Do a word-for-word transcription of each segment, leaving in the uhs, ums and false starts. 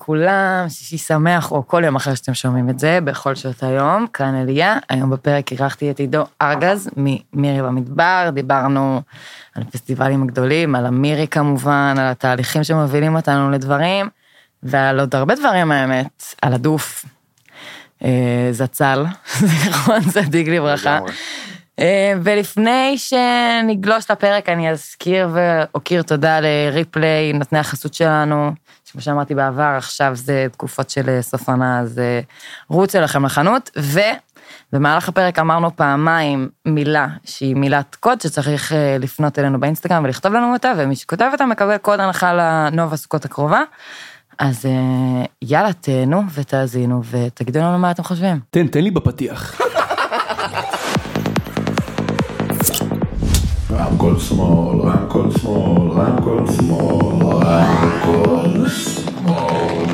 לכולם, שישי שמח, או כל יום אחר שאתם שומעים את זה, בכל שעות היום, כאן אליה, היום בפרק אירחתי את עידו ארגז, ממירי במדבר, דיברנו על פסטיבלים הגדולים, על המירי כמובן, על התהליכים שמובילים אותנו לדברים, ועל עוד הרבה דברים האמת, על הדוף, זצ"ל, זיכרון צדיק לברכה, ולפני שנגלוש לפרק, אני אזכיר ואוקיר תודה לריפליי, נותני החסות שלנו, כמו שאמרתי בעבר, עכשיו זה תקופות של סוף עונה, אז רוץ אליכם לחנות, ובמהלך הפרק אמרנו פעמיים מילה, שהיא מילת קוד, שצריך לפנות אלינו באינסטגרם ולכתוב לנו אותה, ומי שכותב אותה מקבל קוד הנחה לנובה סוכות הקרובה, אז יאללה, תהנו ותאזינו, ותגידו לנו מה אתם חושבים. תן, תן לי בפתיח. רמקול שמאל, רמקול שמאל, רמקול שמאל, רמקול שמאל.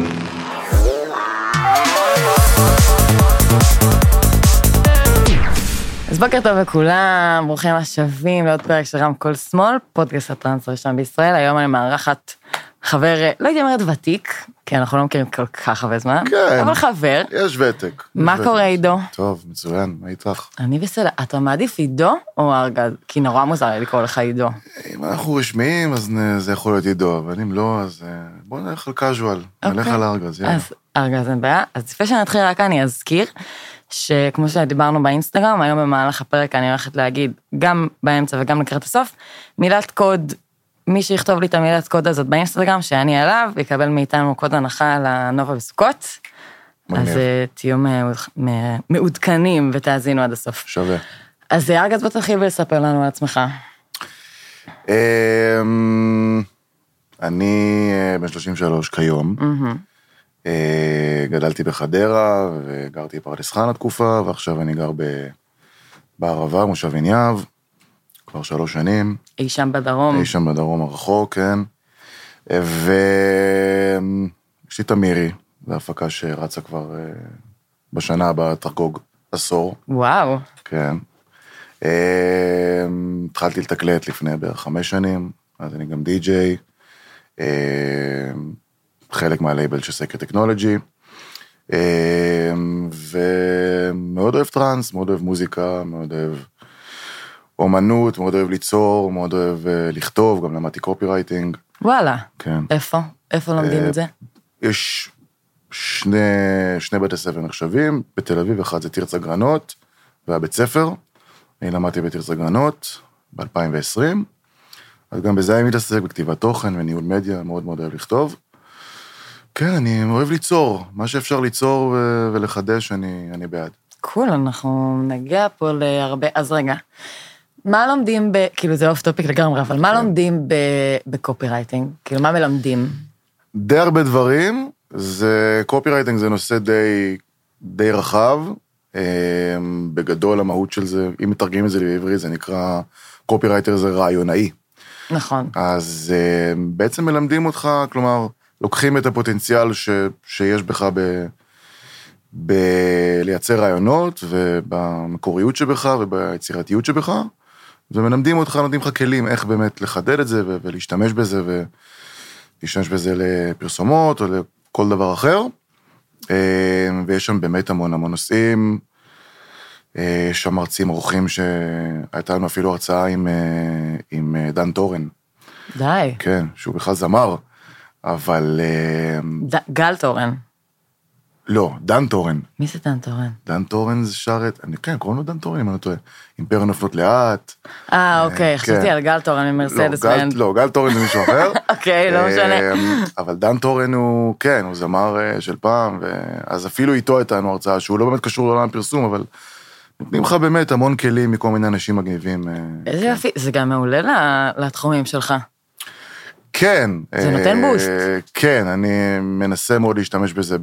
אז בוקר טוב לכולם, ברוכים השבים לעוד פרק של רמקול שמאל, פודקאסט הטרנס הראשון בישראל. היום אני מארחת חבר, לא הייתי אומרת ותיק, כי אנחנו לא מכירים כל כך הרבה זמן, כן, אבל חבר. יש ותק. מה יש קורה ותק. עידו? טוב, מצוין, מה איתך? אני בסדר, אתה מעדיף עידו או ארגז? כי נורא מוזר לי לקרוא לך עידו. אם אנחנו רשמיים, אז זה יכול להיות עידו, אבל אם לא, אז בואו נלך על קאז'ואל, נלך על ארגז, יאללה. אז ארגז אין בעיה, אז לפני שנתחיל רק אני אזכיר, שכמו שדיברנו באינסטגרם, היום במהלך הפרק אני הולכת להגיד, גם באמצע וגם לקראת הסוף, מילת קוד, מי שיכתוב לי את המילת קוד הזאת באינסטגרם, שאני עליו, יקבל מאיתנו קוד הנחה לנובה בסוכות, אז תהיו מעודכנים ותאזינו עד הסוף. שווה. אז ארגז בוא תתחיל ולספר לנו על עצמך. אני בן שלושים ושלוש כיום, גדלתי בחדרה, וגרתי בפרדס חנה תקופה, ועכשיו אני גר בערבה, מושב עין יהב, כבר שלוש שנים. אי שם בדרום. אי שם בדרום הרחוק, כן. ויש לי את המירי, זו הפקה שרצה כבר בשנה הבאה, תחגוג עשור. וואו. כן. התחלתי לתקלט לפני בערך חמש שנים, אז אני גם די-ג'יי, חלק מהלייבל של סקר טכנולוגי, ומאוד אוהב טרנס, מאוד אוהב מוזיקה, מאוד אוהב אומנות, מאוד אוהב ליצור, מאוד אוהב לכתוב, גם למדתי קופי רייטינג. וואלה. כן. איפה? איפה לומדים את זה? יש שני, שני בתי ספר נחשבים, בתל אביב, אחד זה תרצה גרנות, והבית ספר, אני למדתי בתרצה גרנות, ב-אלפיים ועשרים, אז גם בזה אני מתעסק, בכתיבת תוכן וניהול מדיה, מאוד מאוד אוהב לכתוב. כן, אני אוהב ליצור, מה שאפשר ליצור ו- ולחדש, אני, אני בעד. קול, אנחנו נגיע פה להרבה, אז רגע, מה לומדים ב... כאילו זה אוף טופיק לגמרי, אבל מה לומדים בקופי רייטינג? כאילו מה מלמדים? די הרבה דברים, זה קופי רייטינג זה נושא די, די רחב, בגדול המהות של זה, אם מתרגמים את זה לעברי, זה נקרא, קופי רייטר זה רעיונאי. נכון. אז בעצם מלמדים אותך, כלומר, לוקחים את הפוטנציאל ש, שיש בך ב... בלייצר רעיונות, ובמקוריות שבך, וביצירתיות שבך, ומלמדים אותך, נותנים לך כלים איך באמת לחדד את זה, ולהשתמש בזה, ולהשתמש בזה לפרסומות, או לכל דבר אחר, ויש שם באמת המון המון נושאים, יש שם מרצים אורחים, שהייתה לנו אפילו הרצאה עם, עם דן טורן. די. כן, שהוא בכלל זמר, אבל... ד... גל טורן. לא, דן טורן. מי זה דן טורן? דן טורן זה שרת, אני, כן, קוראים לו דן טורן, אם אני טועה. אימפריה נופלות לאט. אה, אוקיי, חשבתי על גל טורן ממרסדס בנד. לא, גל טורן זה מישהו אחר. אוקיי, לא משנה. אבל דן טורן הוא, כן, הוא זמר של פעם, אז אפילו איתו הייתנו הרצאה, שהוא לא באמת קשור לעולם פרסום, אבל נותנים לך באמת המון כלים מכל מיני אנשים מגניבים. איזה יפי, זה גם מעולה לתחומים שלך. כן. זה נותן בוסט. כן, אני מנסה מאוד להשתמש בזה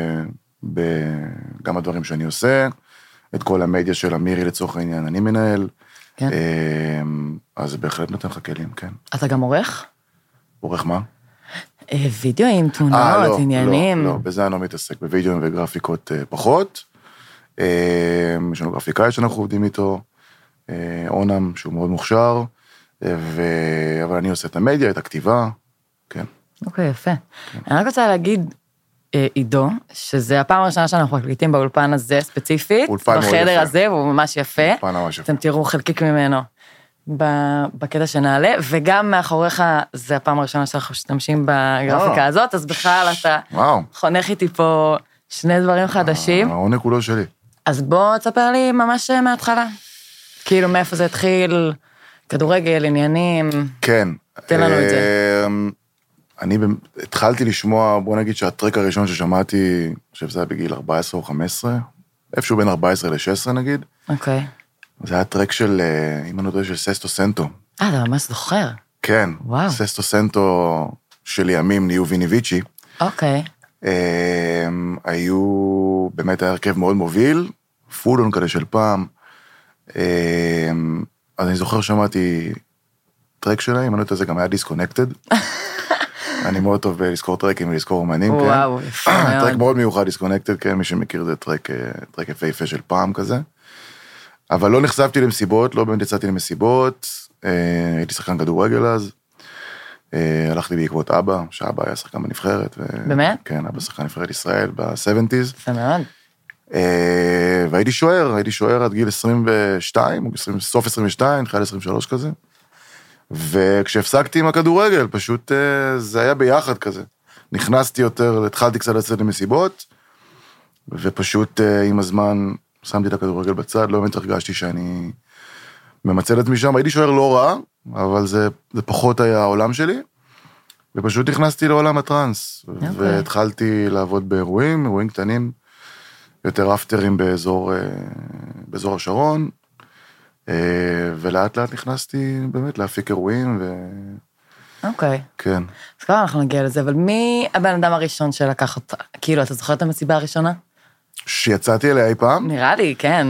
בגם הדברים שאני עושה, את כל המדיה של המירי לצורך העניין, אני מנהל. כן. אז זה בהחלט נותן לך כלים, כן. אתה גם עורך? עורך מה? וידאוים, תמונות, עניינים. לא, לא, בזה אני לא מתעסק, בווידאוים וגרפיקות פחות. יש לנו גרפיקאי שאנחנו עובדים איתו, אונם, שהוא מאוד מוכשר, ו... אבל אני עושה את המדיה, את הכתיבה, כן. אוקיי, יפה. אני רק רוצה להגיד, עידו, שזה הפעם הראשונה שאנחנו מקליטים באולפן הזה ספציפית, בחדר הזה, והוא ממש יפה. אולפן ממש יפה. אתם תראו חלקיק ממנו בקטע שנעלה, וגם מאחוריך, זה הפעם הראשונה שאנחנו משתמשים בגרפיקה הזאת, אז בכלל אתה חונך איתי פה שני דברים חדשים. העונג הוא לא שלי. אז בוא תספר לי ממש מההתחלה. כאילו מאיפה זה התחיל, כדורגל, עניינים. כן. תן לנו את זה. אני התחלתי לשמוע, בוא נגיד שהטרק הראשון ששמעתי, אני חושב שזה היה בגיל ארבע עשרה או חמש עשרה, איפשהו בין ארבע עשרה ל-שש עשרה נגיד. אוקיי. זה היה טרק של, אם אני יודע, של ססטו סנטו. אה, אתה ממש זוכר. כן. וואו. ססטו סנטו של ימים נהיו ויניביצ'י. אוקיי. היו, באמת היה הרכב מאוד מוביל, פולון כזה של פעם. אז אני זוכר שמעתי טרק שלהם, אני לא יודע, זה גם היה דיסקונקטד. אני מאוד טוב בלזכור טרקים ולזכור אומנים, כן. וואו, יפה מאוד. טרק מאוד מיוחד, דיסקונקטד, כן, מי שמכיר זה טרק, טרק יפה יפה של פעם כזה. אבל לא נחשפתי למסיבות, לא באמת יצאתי למסיבות, הייתי שחקן כדורגל אז, הלכתי בעקבות אבא, שאבא היה שחקן בנבחרת. באמת? כן, אבא שחקן נבחרת ישראל ב-שבעים. יפה מאוד. והייתי שוער, הייתי שוער עד גיל עשרים ושתיים, סוף עשרים ושתיים, תחילת עשרים ושלוש כזה. וכשהפסקתי עם הכדורגל, פשוט זה היה ביחד כזה. נכנסתי יותר, התחלתי קצת לצאת למסיבות, ופשוט עם הזמן שמתי את הכדורגל בצד, לא באמת הרגשתי שאני ממצא את משם. הייתי שוער לא רע, אבל זה, זה פחות היה העולם שלי, ופשוט נכנסתי לעולם הטרנס, okay. והתחלתי לעבוד באירועים, אירועים קטנים, יותר אפטרים באזור, באזור השרון, ולאט לאט נכנסתי באמת להפיק אירועים, ו... אוקיי. כן. אז כבר אנחנו נגיע לזה, אבל מי הבן אדם הראשון שלקח אותה? כאילו, אתה זוכר את המסיבה הראשונה? שיצאתי אליה אי פעם? נראה לי, כן.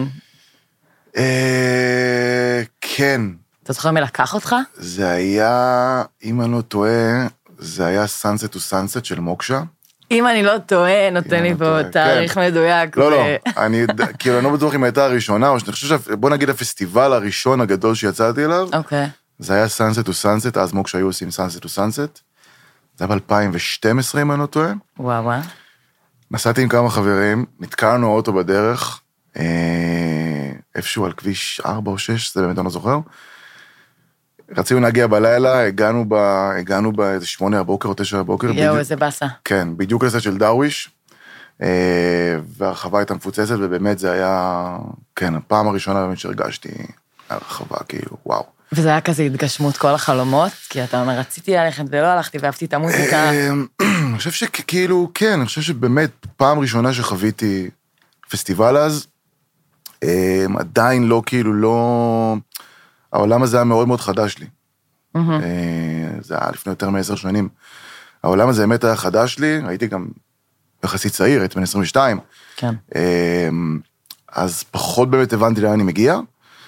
כן. אתה זוכר מי לקח אותך? זה היה, אם אני לא טועה, זה היה Sunset to Sunset של מוקשה. אם אני לא טועה, נותן לי פה תאריך מדויק. לא, לא, אני כאילו, אני לא בטוח אם הייתה הראשונה, או שאני חושב, בוא נגיד הפסטיבל הראשון הגדול שיצאתי אליו, אוקיי. זה היה Sunset to Sunset, אז מוקשה היו עושים Sunset to Sunset, זה היה ב-אלפיים ושתים עשרה, אם אני לא טועה. וואו, וואו. נסעתי עם כמה חברים, נתקענו האוטו בדרך, איפשהו על כביש ארבע או שש, זה באמת אני לא זוכר, רצינו להגיע בלילה, הגענו ב... הגענו באיזה שמונה הבוקר או תשע הבוקר. יואו, איזה בסה. כן, בדיוק לסט של דרוויש, והרחבה הייתה מפוצצת, ובאמת זה היה, כן, הפעם הראשונה באמת שהרגשתי הרחבה, כאילו, וואו. וזה היה כזה התגשמות כל החלומות, כי אתה אומר, רציתי ללכת ולא הלכתי, ואהבתי את המוזיקה. אני חושב שכאילו, כן, אני חושב שבאמת, פעם ראשונה שחוויתי פסטיבל אז, עדיין לא, כאילו, לא... העולם הזה היה מאוד מאוד חדש לי. זה היה לפני יותר מעשר שנים. העולם הזה באמת היה חדש לי, הייתי גם יחסית צעיר, הייתי בן עשרים ושתיים. כן. אז פחות באמת הבנתי לאן אני מגיע,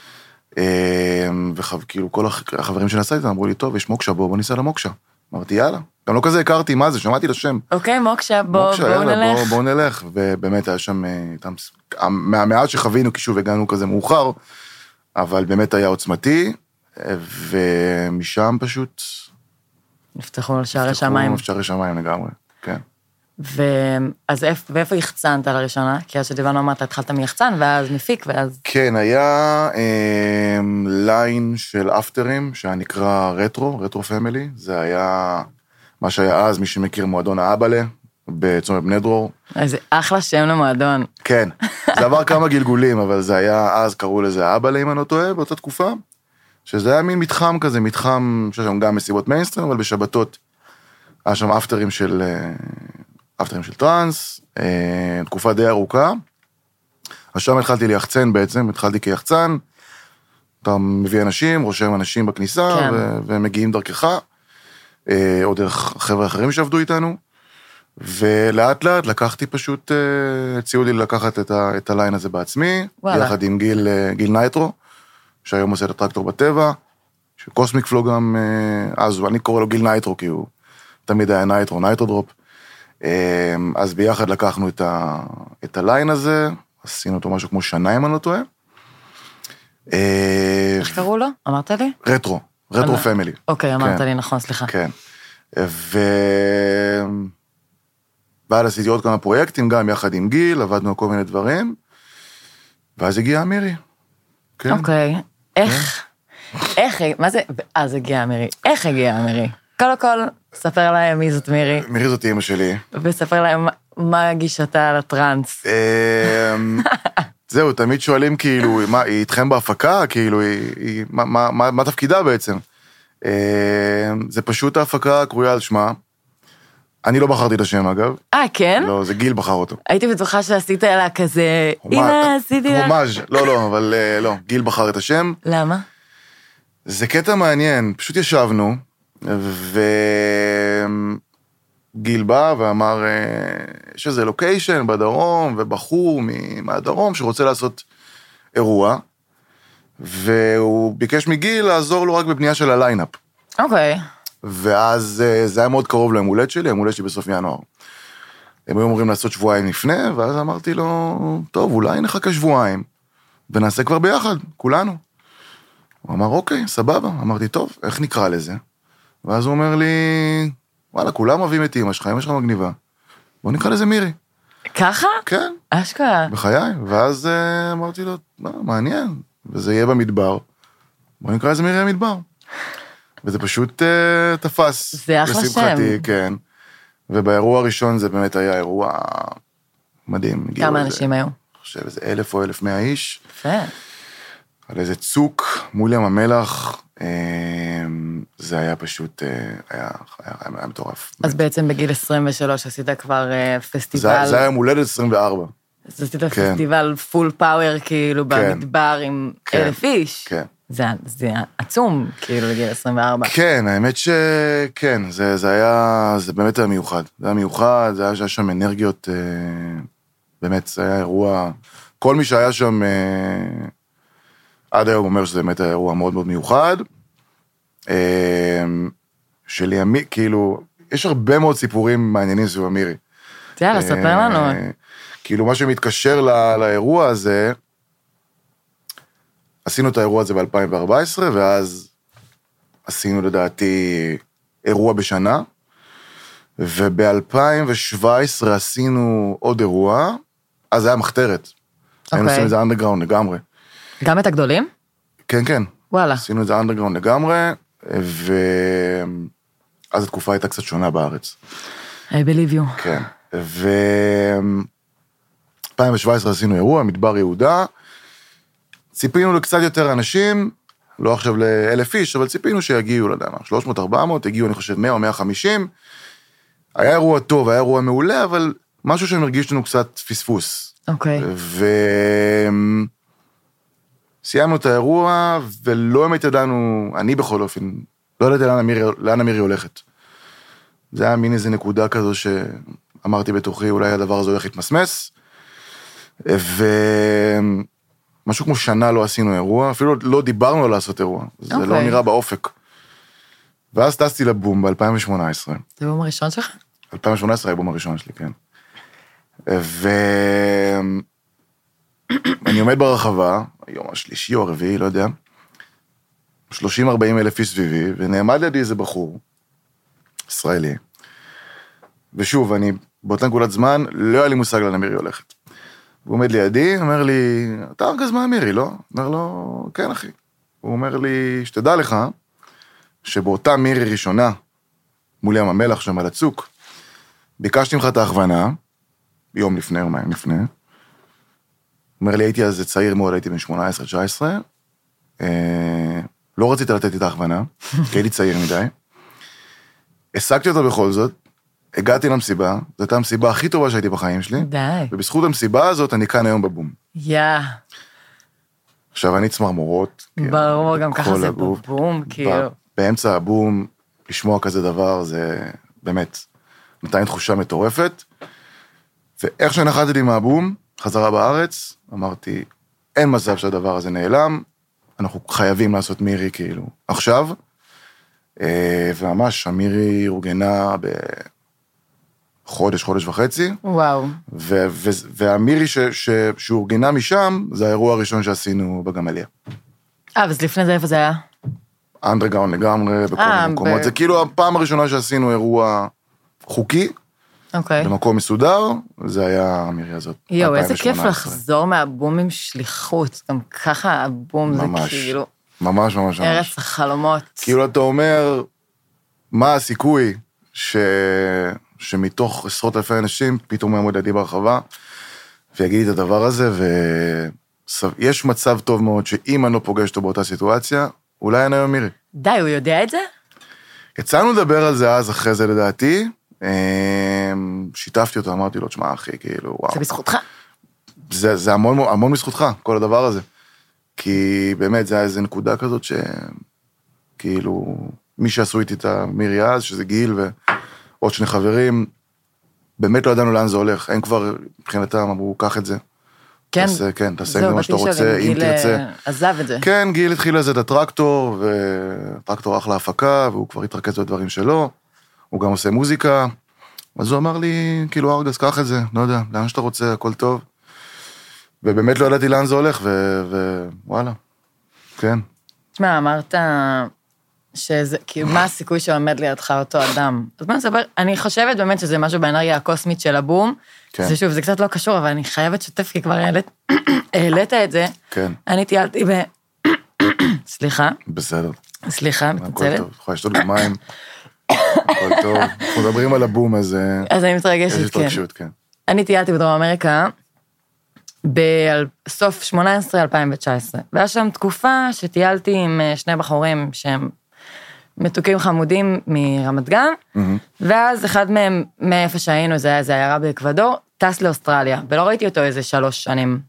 וכאילו כל החברים שנסעתי, אמרו לי, טוב, יש מוקשה, בוא ניסע למוקשה. אמרתי, יאללה. גם לא כזה הכרתי מה זה, שמעתי לשם. אוקיי, מוקשה, בואו נלך. בואו נלך, ובאמת היה שם, מהמעט שחווינו, כי שוב הגענו כזה מאוחר, אבל באמת היה עוצמתי, ומשם פשוט... נפתחו על שערי שמיים. נפתחו שערי שמיים לגמרי, כן. ואז ואיפה יחצנת לראשונה? כי אז שדיברנו אמרת, התחלת מיחצן, ואז מפיק, ואז... כן, היה ליין של אפטרים, שהיה נקרא רטרו, רטרו פמילי, זה היה מה שהיה אז, מי שמכיר מועדון האבלה, בצומת בני דרור. איזה אחלה שם למועדון. כן, זה עבר כמה גלגולים, אבל זה היה, אז קראו לזה אבלה, אם אני לא טועה, באותה תקופה, שזה היה מין מתחם כזה, מתחם, שיש שם גם מסיבות מיינסטרים, אבל בשבתות, היה שם אפטרים של, אפטרים של טרנס, תקופה די ארוכה, אז שם התחלתי ליחצן בעצם, התחלתי כיחצן, אתה מביא אנשים, רושם אנשים בכניסה, כן. ו- ומגיעים דרכך, או דרך חבר'ה אחרים שעבדו איתנו, ולאט לאט לקחתי פשוט, הציעו לי לקחת את, ה- את הליין הזה בעצמי, וואלה. יחד עם גיל, גיל נייטרו, שהיום עושה את הטרקטור בטבע, שקוסמיק פלו גם, אז אני קורא לו גיל נייטרו, כי הוא תמיד היה נייטרו, נייטרו דרופ, אז ביחד לקחנו את, ה- את הליין הזה, עשינו אותו משהו כמו שנה, אם אני לא טועה. איך קראו לו? אמרת לי? רטרו, רטרו פמילי. אוקיי, אמרת לי, נכון, סליחה. כן. ואז עשיתי עוד כמה פרויקטים, גם יחד עם גיל, עבדנו על כל מיני דברים, ואז הגיעה מירי. כן. אוקיי, איך, איך, מה זה, אז הגיעה מירי, איך הגיעה מירי? קודם כל, ספר להם מי זאת מירי. מירי זאת אמא שלי. וספר להם מה גישתה לטרנס. זהו, תמיד שואלים כאילו, מה, היא איתכם בהפקה? כאילו, היא, היא, מה, מה, מה, מה תפקידה בעצם? זה פשוט ההפקה קרויה על שמה. אני לא בחרתי את השם, אגב. אה, כן? לא, זה גיל בחר אותו. הייתי בטוחה שעשית לה כזה, הנה, עשיתי לה. הומאז', לא, לא, אבל לא, גיל בחר את השם. למה? זה קטע מעניין, פשוט ישבנו, וגיל בא ואמר, יש איזה לוקיישן בדרום, ובחור מהדרום שרוצה לעשות אירוע, והוא ביקש מגיל לעזור לו רק בבנייה של הליינאפ. אוקיי. ואז זה היה מאוד קרוב ליום הולדת שלי, יום הולדת שלי בסוף ינואר. הם היו אמורים לעשות שבועיים לפני, ואז אמרתי לו, טוב, אולי נחכה שבועיים, ונעשה כבר ביחד, כולנו. הוא אמר, אוקיי, סבבה. אמרתי, טוב, איך נקרא לזה? ואז הוא אומר לי, וואלה, כולם אוהבים את אמא שלך, אמא שלך מגניבה. בוא נקרא לזה מירי. ככה? כן. אשכרה. בחיי. ואז אמרתי לו, מה, מעניין, וזה יהיה במדבר. בוא נקרא לזה מירי המדבר. וזה פשוט uh, תפס. זה אחלה שם. כן. ובאירוע הראשון זה באמת היה אירוע מדהים. כמה אנשים היו? אני חושב איזה אלף או אלף מאה איש. יפה. על איזה צוק מול ים המלח, זה היה פשוט, היה, היה, היה מטורף. אז בעצם בגיל עשרים ושלוש עשית כבר פסטיבל. זה, זה היה מולדת עשרים וארבע. אז עשית כן. פסטיבל פול פאוור, כאילו, כן. במדבר עם כן. אלף איש. כן. זה, זה עצום, כאילו, לגיל עשרים וארבע. כן, האמת שכן, זה, זה היה, זה באמת היה מיוחד. זה היה מיוחד, זה היה שהיה שם אנרגיות, באמת, זה היה אירוע, כל מי שהיה שם, עד היום אומר שזה באמת היה אירוע מאוד מאוד מיוחד, שלימי, כאילו, יש הרבה מאוד סיפורים מעניינים סביב מירי. יאללה, ספר לנו. כאילו, מה שמתקשר לא, לאירוע הזה, עשינו את האירוע הזה ב-אלפיים וארבע עשרה, ואז עשינו לדעתי אירוע בשנה, וב-אלפיים ושבע עשרה עשינו עוד אירוע, אז זה היה מחתרת. Okay. היינו עושים את זה אנדרגראונד לגמרי. גם את הגדולים? כן, כן. וואלה. עשינו את זה אנדרגראונד לגמרי, ואז התקופה הייתה קצת שונה בארץ. I believe you. כן. ב-אלפיים ושבע עשרה עשינו אירוע, מדבר יהודה, ציפינו לקצת יותר אנשים, לא עכשיו לאלף איש, אבל ציפינו שיגיעו, לא יודע מה, שלוש מאות ארבע מאות, הגיעו, אני חושב, מאה או מאה וחמישים, היה אירוע טוב, היה אירוע מעולה, אבל משהו שמרגיש לנו קצת פספוס. אוקיי. וסיימנו את האירוע, ולא באמת ידענו, אני בכל אופן, לא ידעתי לאן המירי, לאן המירי הולכת. זה היה מין איזו נקודה כזו שאמרתי בתוכי, אולי הדבר הזה הולך להתמסמס, ו... משהו כמו שנה לא עשינו אירוע, אפילו לא דיברנו על לעשות אירוע, זה okay. לא נראה באופק. ואז טסתי לבום ב-אלפיים ושמונה עשרה. זה הבום הראשון שלך? אלפיים ושמונה עשרה היה הבום הראשון שלי, כן. ואני עומד ברחבה, היום השלישי או הרביעי, לא יודע, שלושים ארבעים אלף איש סביבי, ונעמד לידי איזה בחור, ישראלי, ושוב, אני באותה נקודת זמן, לא היה לי מושג לאן המירי הולכת. הוא עומד לידי, אומר לי, אתה ארגז מהמירי, לא? אומר לו, כן, אחי. הוא אומר לי, שתדע לך, שבאותה מירי ראשונה, מול ים המלח שם על הצוק, ביקשתי ממך את ההכוונה, יום לפני, יומיים לפני, אומר לי, הייתי אז צעיר מאוד, הייתי בן שמונה עשרה תשע עשרה, אה, לא רציתי לתת את ההכוונה, כי הייתי צעיר מדי, השגתי אותו בכל זאת, הגעתי למסיבה, זו הייתה המסיבה הכי טובה שהייתי בחיים שלי. די. ובזכות המסיבה הזאת, אני כאן היום בבום. יא. עכשיו, אני צמרמורות. ברור, גם ככה זה בבום, כאילו. באמצע הבום, לשמוע כזה דבר, זה באמת, נתן תחושה מטורפת. ואיך שנחתתי מהבום, חזרה בארץ, אמרתי, אין מצב שהדבר הזה נעלם, אנחנו חייבים לעשות מירי, כאילו, עכשיו. וממש, המירי אורגנה ב... חודש, חודש וחצי. וואו. ו- ו- והמירי ש- ש- שאורגנה משם, זה האירוע הראשון שעשינו בגמליה. אה, אז לפני זה איפה זה היה? אנדרגראונד לגמרי, בכל מיני מקומות. ב... זה כאילו הפעם הראשונה שעשינו אירוע חוקי, אוקיי. במקום מסודר, זה היה מירי הזאת. יואו, איזה כיף לחזור מהבום עם שליחות, גם ככה הבום זה כאילו... ממש, ממש, ממש. ארץ החלומות. כאילו אתה אומר, מה הסיכוי ש... שמתוך עשרות אלפי אנשים, פתאום יעמוד לידי ברחבה, ויגיד את הדבר הזה, ויש מצב טוב מאוד שאם אני לא פוגש אותו באותה סיטואציה, אולי אין היום מירי. די, הוא יודע את זה? יצאנו לדבר על זה אז אחרי זה לדעתי, שיתפתי אותו, אמרתי לו, תשמע אחי, כאילו, וואו. זה בזכותך? זה, זה המון, המון בזכותך, כל הדבר הזה. כי באמת זה היה איזו נקודה כזאת שכאילו, מי שעשו איתי את המירי אז, שזה גיל ועוד שני חברים, באמת לא ידענו לאן זה הולך. הם כבר, מבחינתם, אמרו, קח את זה. כן. תעשה, כן, תעשה עם זה מה שאתה רוצה, אם תרצה. עזב את זה. כן, גיל התחיל לזה את הטרקטור, וטרקטור אחלה הפקה, והוא כבר התרכז בדברים שלו. הוא גם עושה מוזיקה. אז הוא אמר לי, כאילו, ארגז, קח את זה, לא יודע, לאן שאתה רוצה, הכל טוב. ובאמת לא ידעתי לאן זה הולך, ווואלה, כן. תשמע, אמרת שזה, כאילו, מה הסיכוי שעומד לידך אותו אדם? אז בוא נספר, אני חושבת באמת שזה משהו באנרגיה הקוסמית של הבום, זה שוב, זה קצת לא קשור, אבל אני חייבת שתף, כי כבר העלית את זה. כן. אני טיילתי ב... סליחה. בסדר. סליחה, מתנצלת. הכל טוב, יכולה לשתות גם מים. הכל טוב. אנחנו מדברים על הבום, אז... אז אני מתרגשת, כן. יש התרגשות, כן. אני טיילתי בדרום אמריקה, בסוף שמונה עשרה אלפיים תשע עשרה, והיה שם תקופה שטיילתי עם שני בחורים שהם מתוקים חמודים מרמת גן, ואז אחד מהם, מאיפה שהיינו, זה היה איזה עיירה באקוודור, טס לאוסטרליה, ולא ראיתי אותו איזה שלוש שנים.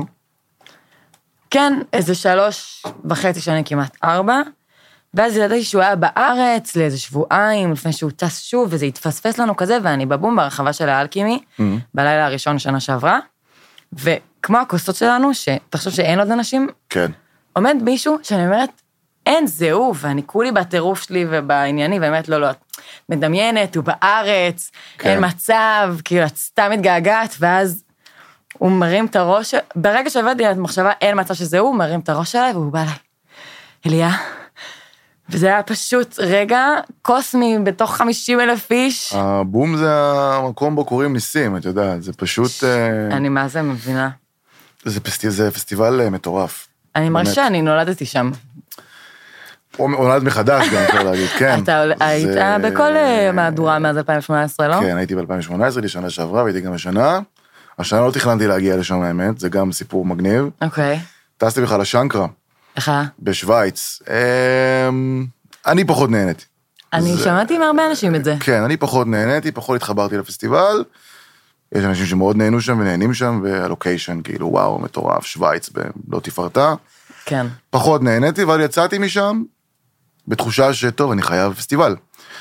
כן, איזה שלוש וחצי שנים, כמעט ארבע, ואז ידעתי שהוא היה בארץ לאיזה שבועיים, לפני שהוא טס שוב, וזה התפספס לנו כזה, ואני בבום ברחבה של האלכימי, בלילה הראשון שנה שעברה, וכמו הכוסות שלנו, שתחשוב שאין עוד אנשים, כן. עומד מישהו שאני אומרת, אין, זהו, ואני כולי בטירוף שלי ובענייני, באמת לא, לא, מדמיינת, הוא בארץ, כן. אין מצב, כאילו, את סתם מתגעגעת, ואז הוא מרים את הראש, ברגע שעבדתי על המחשבה, אין מצב שזהו, הוא מרים את הראש עליי, והוא בא אליי, אליה, וזה היה פשוט רגע קוסמי בתוך חמישים אלף איש. הבום זה המקום בו קוראים ניסים, את יודעת, זה פשוט... אני מה זה מבינה. זה, פסט... זה פסטיבל מטורף. אני מרשה, אני נולדתי שם. הוא נולד מחדש גם, אפשר להגיד, כן. אתה היית בכל מהדורה מאז אלפיים שמונה עשרה, לא? כן, הייתי ב-אלפיים שמונה עשרה, שנה שעברה, והייתי גם השנה. השנה לא תכננתי להגיע לשם האמת, זה גם סיפור מגניב. אוקיי. טסתי בכלל לשנקרה. איך? בשוויץ. אני פחות נהניתי. אני שמעתי מהרבה אנשים את זה. כן, אני פחות נהניתי, פחות התחברתי לפסטיבל. יש אנשים שמאוד נהנו שם ונהנים שם, והלוקיישן כאילו וואו, מטורף, שוויץ, לא תפארתה. כן. פחות נהניתי, אבל יצאתי משם בתחושה שטוב, אני חייב פסטיבל.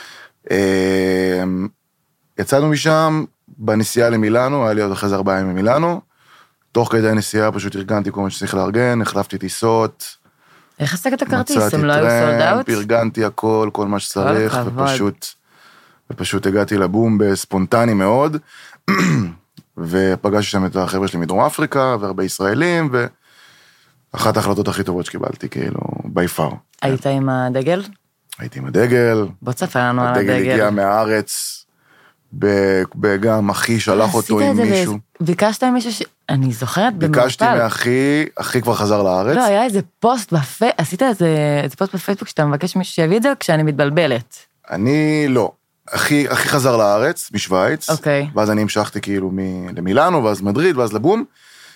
יצאנו משם בנסיעה למילאנו, היה לי עוד אחרי זה ארבעה ימים ממילאנו, תוך כדי הנסיעה פשוט ארגנתי כל מה שצריך לארגן, החלפתי טיסות. איך עשת את הכרטיס? הם לא היו סולד אאוט? ארגנתי הכל, כל מה שצריך, ופשוט, ופשוט הגעתי לבום בספונטני מאוד, ופגשתי שם את החבר'ה שלי מדרום אפריקה, והרבה ישראלים, ואחת ההחלטות הכי טובות שקיבלתי, כאילו, by far. היית עם הדגל? הייתי עם הדגל. בוא תספר לנו על הדגל. הדגל הגיע מהארץ, וגם אחי שלח אותו עם מישהו. ביקשת עם מישהו ש... אני זוכרת במפל. ביקשתי מאחי, אחי כבר חזר לארץ. לא, היה איזה פוסט בפייסבוק, עשית איזה פוסט בפייסבוק שאתה מבקש מישהו שיביא את זה, כשאני מתבלבלת. אני לא. אחי, אחי חזר לארץ, משוויץ. אוקיי. ואז אני המשכתי כאילו למילאנו, ואז מדריד, ואז לבום,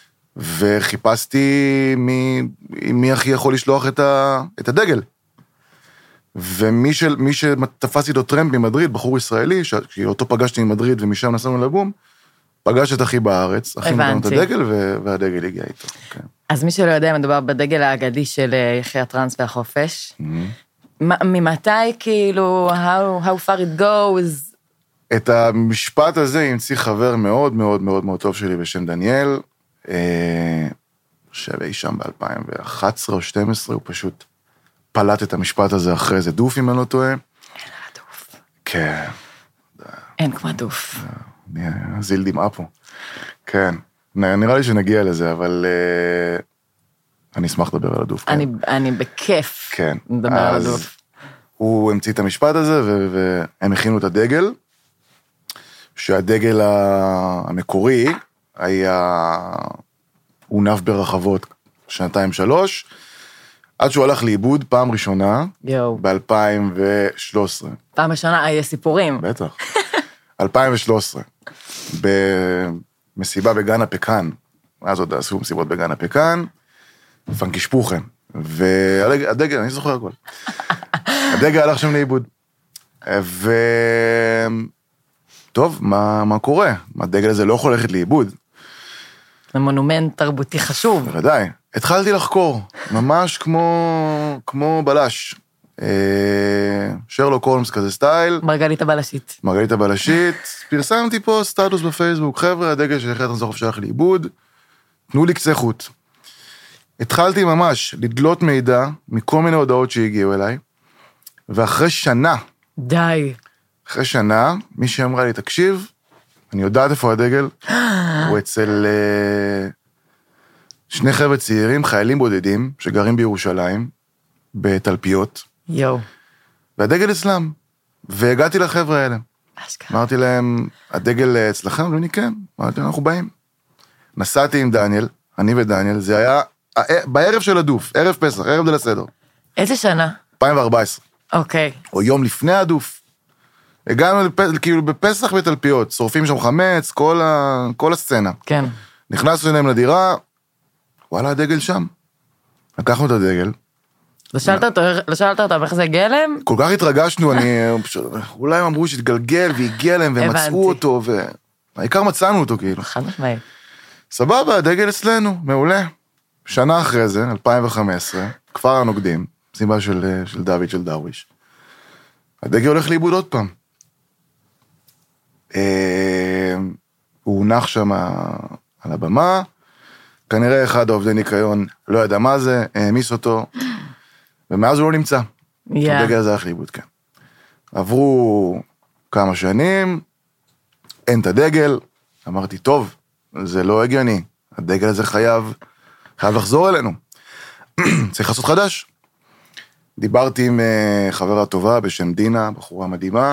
וחיפשתי מי, מי אחי יכול לשלוח את, ה, את הדגל. ומי ש, מי שתפס איתו טרמפ ממדריד, בחור ישראלי, שאותו פגשתי ממדריד ומשם נסענו לבום, פגש את אחי בארץ, אחי נתנו את הדגל, והדגל הגיע איתו. כן. אז מי שלא יודע, מדובר בדגל האגדי של יחי הטרנס והחופש. ממתי כאילו, how, how far it goes? את המשפט הזה המציא חבר מאוד מאוד מאוד מאוד טוב שלי בשם דניאל, שווה שם ב-אלפיים ואחת עשרה או שתים עשרה, הוא פשוט פלט את המשפט הזה אחרי זה דוף, אם אני לא טועה. אין לה דוף. כן. אין כמו דוף. זיל דמעה פה. כן. נראה לי שנגיע לזה, אבל אני אשמח לדבר על הדוף. אני בכיף. כן. לדבר על הדוף. הוא המציא את המשפט הזה, והם הכינו את הדגל, שהדגל המקורי היה עונף ברחבות שנתיים שלוש, עד שהוא הלך לאיבוד פעם ראשונה, ב-אלפיים ושלוש עשרה. פעם ראשונה, היה סיפורים. בטח. אלפיים ושלוש עשרה. במסיבה בגן הפקן, אז עוד עשו מסיבות בגן הפקן, פנקי שפוכן, והדגל, אני זוכר הכל. הדגל הלך שם לאיבוד. ו... טוב, מה, מה קורה? הדגל הזה לא יכול ללכת לאיבוד. זה מונומנט תרבותי חשוב. בוודאי. התחלתי לחקור, ממש כמו, כמו בלש. שרלוק הולמס כזה סטייל. מרגלית הבלשית. מרגלית הבלשית. פרסמתי פה סטטוס בפייסבוק, חבר'ה, הדגל של החלטת הנזוכף שלך לאיבוד, תנו לי קצה חוט. התחלתי ממש לדלות מידע מכל מיני הודעות שהגיעו אליי, ואחרי שנה, די. אחרי שנה, מישהי אמרה לי, תקשיב, אני יודעת איפה הדגל, הוא אצל uh, שני חבר'ה צעירים, חיילים בודדים, שגרים בירושלים, בתלפיות. יו. והדגל אצלם. והגעתי לחבר'ה האלה. אשכרה. אמרתי להם, הדגל אצלכם? אמרו לי, כן. אמרתי, אנחנו באים. נסעתי עם דניאל, אני ודניאל, זה היה בערב של הדוף, ערב פסח, ערב ליל הסדר. איזה שנה? אלפיים וארבע עשרה. אוקיי. או יום לפני הדוף. הגענו כאילו בפסח בתלפיות, שורפים שם חמץ, כל, ה... כל הסצנה. כן. נכנסנו אליהם לדירה, וואלה, הדגל שם. לקחנו את הדגל. לא שאלת אותו, לא שאלת אותו, איך זה גלם? כל כך התרגשנו, אני, אולי הם אמרו שהתגלגל והגיע להם, והם מצאו אותו, והעיקר מצאנו אותו כאילו. חד משמעית. סבבה, הדגל אצלנו, מעולה. שנה אחרי זה, אלפיים וחמש עשרה, כפר הנוקדים, סיבה של, של דוד של דרוויש. הדגל הולך לאיבוד עוד פעם. הוא הונח שם על הבמה, כנראה אחד העובדי ניקיון לא ידע מה זה, העמיס אותו, ומאז הוא לא נמצא. Yeah. הדגל הזה הלך לאיבוד, כן. עברו כמה שנים, אין את הדגל, אמרתי, טוב, זה לא הגיוני, הדגל הזה חייב, חייב לחזור אלינו. צריך לעשות חדש. דיברתי עם חברה טובה בשם דינה, בחורה מדהימה,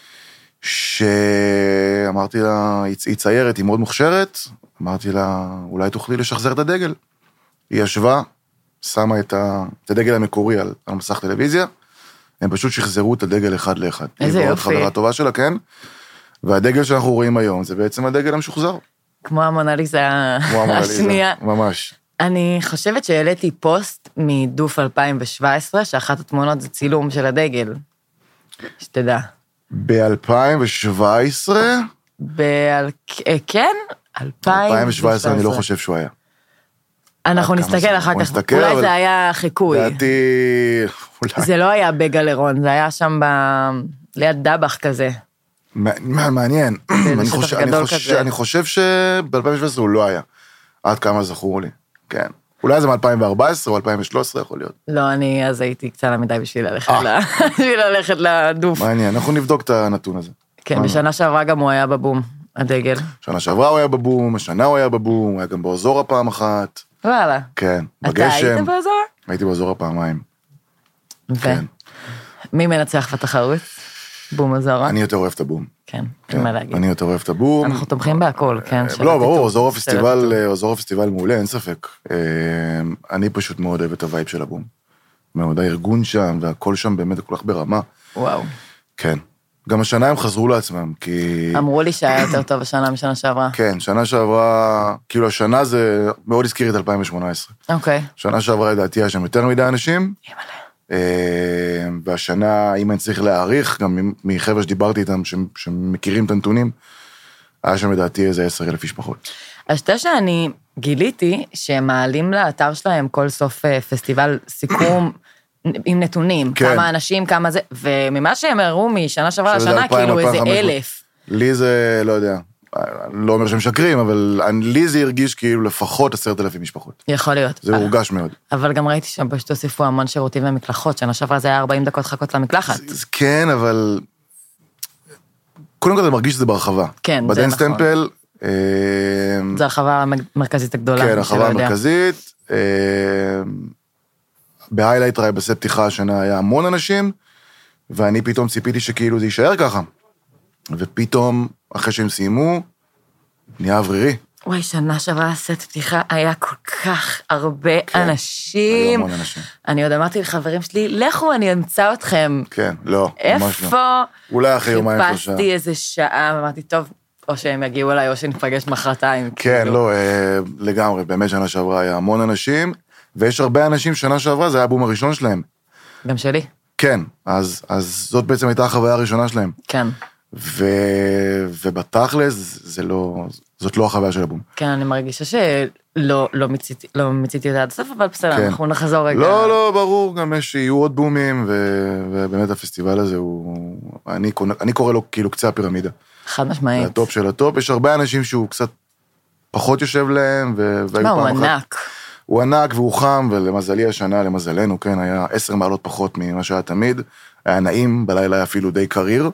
שאמרתי לה, היא ציירת, היא מאוד מוכשרת, אמרתי לה, אולי תוכלי לשחזר את הדגל. היא ישבה, שמה את, ה, את הדגל המקורי על, על מסך טלוויזיה, הם פשוט שחזרו את הדגל אחד לאחד. איזה יופי. חברה טובה שלה, כן? והדגל שאנחנו רואים היום, זה בעצם הדגל המשוחזר. כמו המונליזה השנייה. ממש. אני חושבת שהעליתי פוסט מדוף אלפיים שבע עשרה, שאחת התמונות זה צילום של הדגל. שתדע. ב-אלפיים שבע עשרה? ב- כן? אלפיים שבע עשרה אני לא חושב שהוא היה. אנחנו נסתכל אחר כך, אולי זה היה חיקוי. דעתי, אולי. זה לא היה בגלרון, זה היה שם ליד דבח כזה. מעניין. אני חושב שב-אלפיים שבע עשרה הוא לא היה. עד כמה זכור לי. כן. אולי זה מ-אלפיים וארבע עשרה או אלפיים ושלוש עשרה יכול להיות. לא, אני אז הייתי קצת מדי בשביל ללכת לדוף. מעניין, אנחנו נבדוק את הנתון הזה. כן, בשנה שעברה גם הוא היה בבום, הדגל. שנה שעברה הוא היה בבום, השנה הוא היה בבום, הוא היה גם באזור הפעם אחת. וואלה. כן, בגשם. אתה היית באזור? הייתי באזור הפעמיים. כן. מי מנצח בתחרות? בום אזורה? אני יותר אוהב את הבום. כן, אין מה להגיד. אני יותר אוהב את הבום. אנחנו תומכים בהכל, כן. לא, ברור, אזור הפסטיבל, אזור הפסטיבל מעולה, אין ספק. אני פשוט מאוד אוהב את הווייב של הבום. מאוד, הארגון שם, והכל שם באמת כל כך ברמה. וואו. כן. גם השנה הם חזרו לעצמם, כי... אמרו לי שהיה יותר טוב השנה משנה שעברה. כן, שנה שעברה, כאילו השנה זה מאוד הזכיר את אלפיים ושמונה עשרה. אוקיי. שנה שעברה לדעתי היה שם יותר מדי אנשים. ימלא. והשנה, אם אני צריך להעריך, גם מחבר'ה שדיברתי איתם, שמכירים את הנתונים, היה שם לדעתי איזה עשר אלף איש פחות. השתה שאני גיליתי, שהם מעלים לאתר שלהם כל סוף פסטיבל סיכום, עם נתונים, כן. כמה אנשים, כמה זה, וממה שהם הראו משנה שעברה לשנה, כאילו איזה אלף. לי זה, לא יודע, לא אומר שהם שקרים, אבל לי זה הרגיש כאילו לפחות עשרת אלפים משפחות. יכול להיות. זה הורגש מאוד. אבל גם ראיתי שם פשוט הוסיפו המון שירותים ומקלחות, שנה שעברה זה היה ארבעים דקות חכות למקלחת. כן, אבל... קודם כל אני מרגיש שזה ברחבה. כן, זה בדנס נכון. טמפל... זה הרחבה המרכזית הגדולה. כן, הרחבה המרכזית. בהיילייט ראי בסי פתיחה השנה היה המון אנשים, ואני פתאום ציפיתי שכאילו זה יישאר ככה. ופתאום אחרי שהם סיימו, נהיה אוורירי. וואי, שנה שעברה הסט פתיחה, היה כל כך הרבה כן, אנשים. היו המון אנשים. אני עוד אמרתי לחברים שלי, לכו, אני אמצא אתכם. כן, לא, ממש לא. איפה? אולי אחרי יומיים שלושה. חיפשתי איזה שעה, ואמרתי, טוב, או שהם יגיעו אליי, או שנפגש מחרתיים. כן, כאילו. לא, אה, לגמרי, באמת שנה שעברה היה המון אנשים, ויש הרבה אנשים שנה שעברה, זה היה הבום הראשון שלהם. גם שלי. כן, אז, אז זאת בעצם הייתה החוויה הראשונה שלהם. כן. ו... ובתכלס, זה לא, זאת לא החוויה של הבום. כן, אני מרגישה שלא לא מיציתי, לא מיציתי אותה עד הסוף, אבל בסדר, כן. אנחנו נחזור רגע. לא, לא, ברור, גם יש, יהיו עוד בומים, ו... ובאמת הפסטיבל הזה הוא, אני, אני קורא לו כאילו קצה הפירמידה. חד משמעית. זה הטופ של הטופ, יש הרבה אנשים שהוא קצת פחות יושב להם, ו... תשמע, הוא ענק. הוא ענק והוא חם, ולמזלי השנה, למזלנו, כן, היה עשר מעלות פחות ממה שהיה תמיד, היה נעים, בלילה היה אפילו די קריר,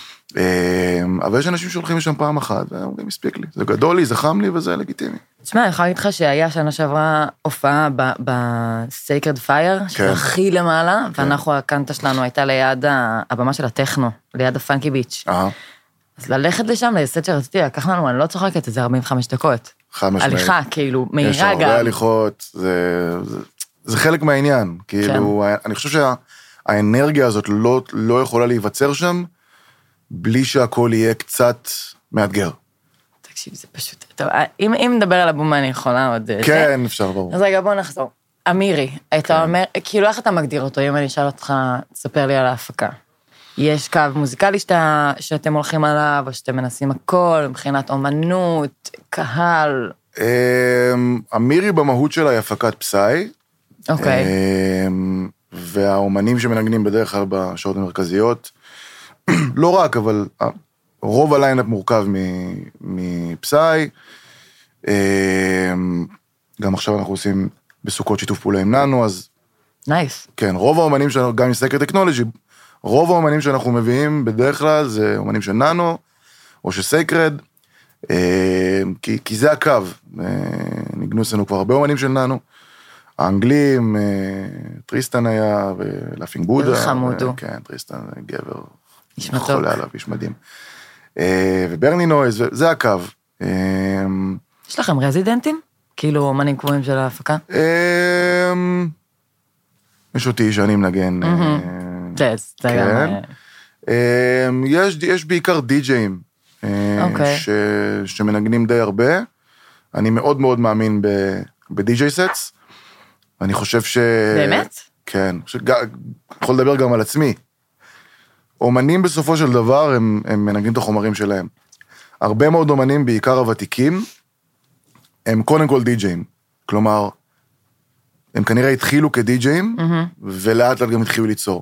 אבל יש אנשים שהולכים לשם פעם אחת, ואומרים, מספיק לי, זה גדול לי, זה חם לי, וזה לגיטימי. תשמע, אני יכולה להגיד לך שהיה שנה שעברה הופעה ב-Sacred Fire, שזה הכי למעלה, ואנחנו, הקנטה שלנו הייתה ליד הבמה של הטכנו, ליד הפאנקי ביץ'. אז ללכת לשם, לסט שרציתי, לקח לנו, אני לא צוחקת, זה ארבעים וחמש דקות. הליכה, כאילו, מהירה גם. יש הרבה הליכות, זה חלק מהעניין, כאילו, אני חושב שהאנרגיה הזאת לא יכולה להיווצר שם, בלי שהכל יהיה קצת מאתגר. תקשיב, זה פשוט... טוב, אם, אם נדבר על הבומה, אני יכולה עוד... כן, אפשר, ברור. אז רגע, בוא נחזור. אמירי, אתה אומר, כאילו, איך אתה מגדיר אותו? אם אני אשאל אותך, תספר לי על ההפקה. יש קו מוזיקלי שאתה, שאתם הולכים עליו, או שאתם מנסים הכל, מבחינת אומנות, קהל? אמירי במהות שלה היא הפקת פסאי. אוקיי. והאומנים שמנגנים בדרך כלל בשעות המרכזיות, לא רק, אבל רוב הליינאפ מורכב מפסאי. גם עכשיו אנחנו עושים בסוכות שיתוף פעולה עם ננו, אז... נייס. כן, רוב האומנים שלנו, גם עם סקרט טכנולוגי, רוב האומנים שאנחנו מביאים בדרך כלל זה אומנים של ננו, או של סקרד, כי, כי זה הקו. ניגנו אצלנו כבר הרבה אומנים של ננו, האנגלים, טריסטן היה, ולאפינג בודה. איזה חמוד הוא. כן, טריסטן גבר. איש מתוק. חולה עליו, איש מדהים. וברני נויז, זה הקו. יש לכם רזידנטים? כאילו אומנים קבועים של ההפקה? יש אותי שאני מנגן. כן. יש בעיקר די-ג'יים, שמנגנים די הרבה. אני מאוד מאוד מאמין בדי-ג'יי סטס. אני חושב ש... באמת? כן. יכול לדבר גם על עצמי. אומנים בסופו של דבר, הם, הם מנגנים את החומרים שלהם. הרבה מאוד אומנים, בעיקר הוותיקים, הם קודם כל די-ג'יים. כלומר, הם כנראה התחילו כדי-ג'יים, mm-hmm. ולאט לאט גם התחילו ליצור.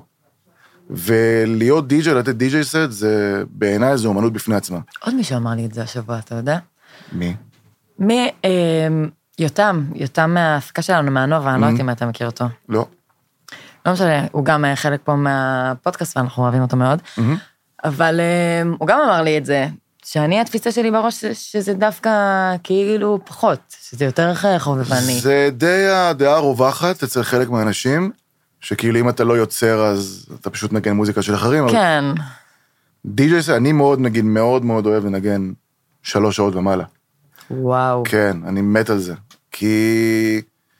ולהיות די-ג'יי, לתת די-ג'יי סט, זה בעיניי זו אומנות בפני עצמה. עוד מישהו אמר לי את זה השבוע, אתה יודע? מי? מי, אה, יותם, יותם מההפקה שלנו, מהנובה, אני לא יודעת אם אתה מכיר אותו. לא. לא משנה, הוא גם חלק פה מהפודקאסט, ואנחנו אוהבים אותו מאוד, אבל הוא גם אמר לי את זה, שאני התפיסה שלי בראש, שזה דווקא כאילו פחות, שזה יותר חובבני. זה די הדעה הרווחת אצל חלק מהאנשים, שכאילו אם אתה לא יוצר, אז אתה פשוט נגן מוזיקה של אחרים. כן. די-ג'יי, אני מאוד, נגיד, מאוד מאוד אוהב לנגן שלוש שעות ומעלה. וואו. כן, אני מת על זה. כי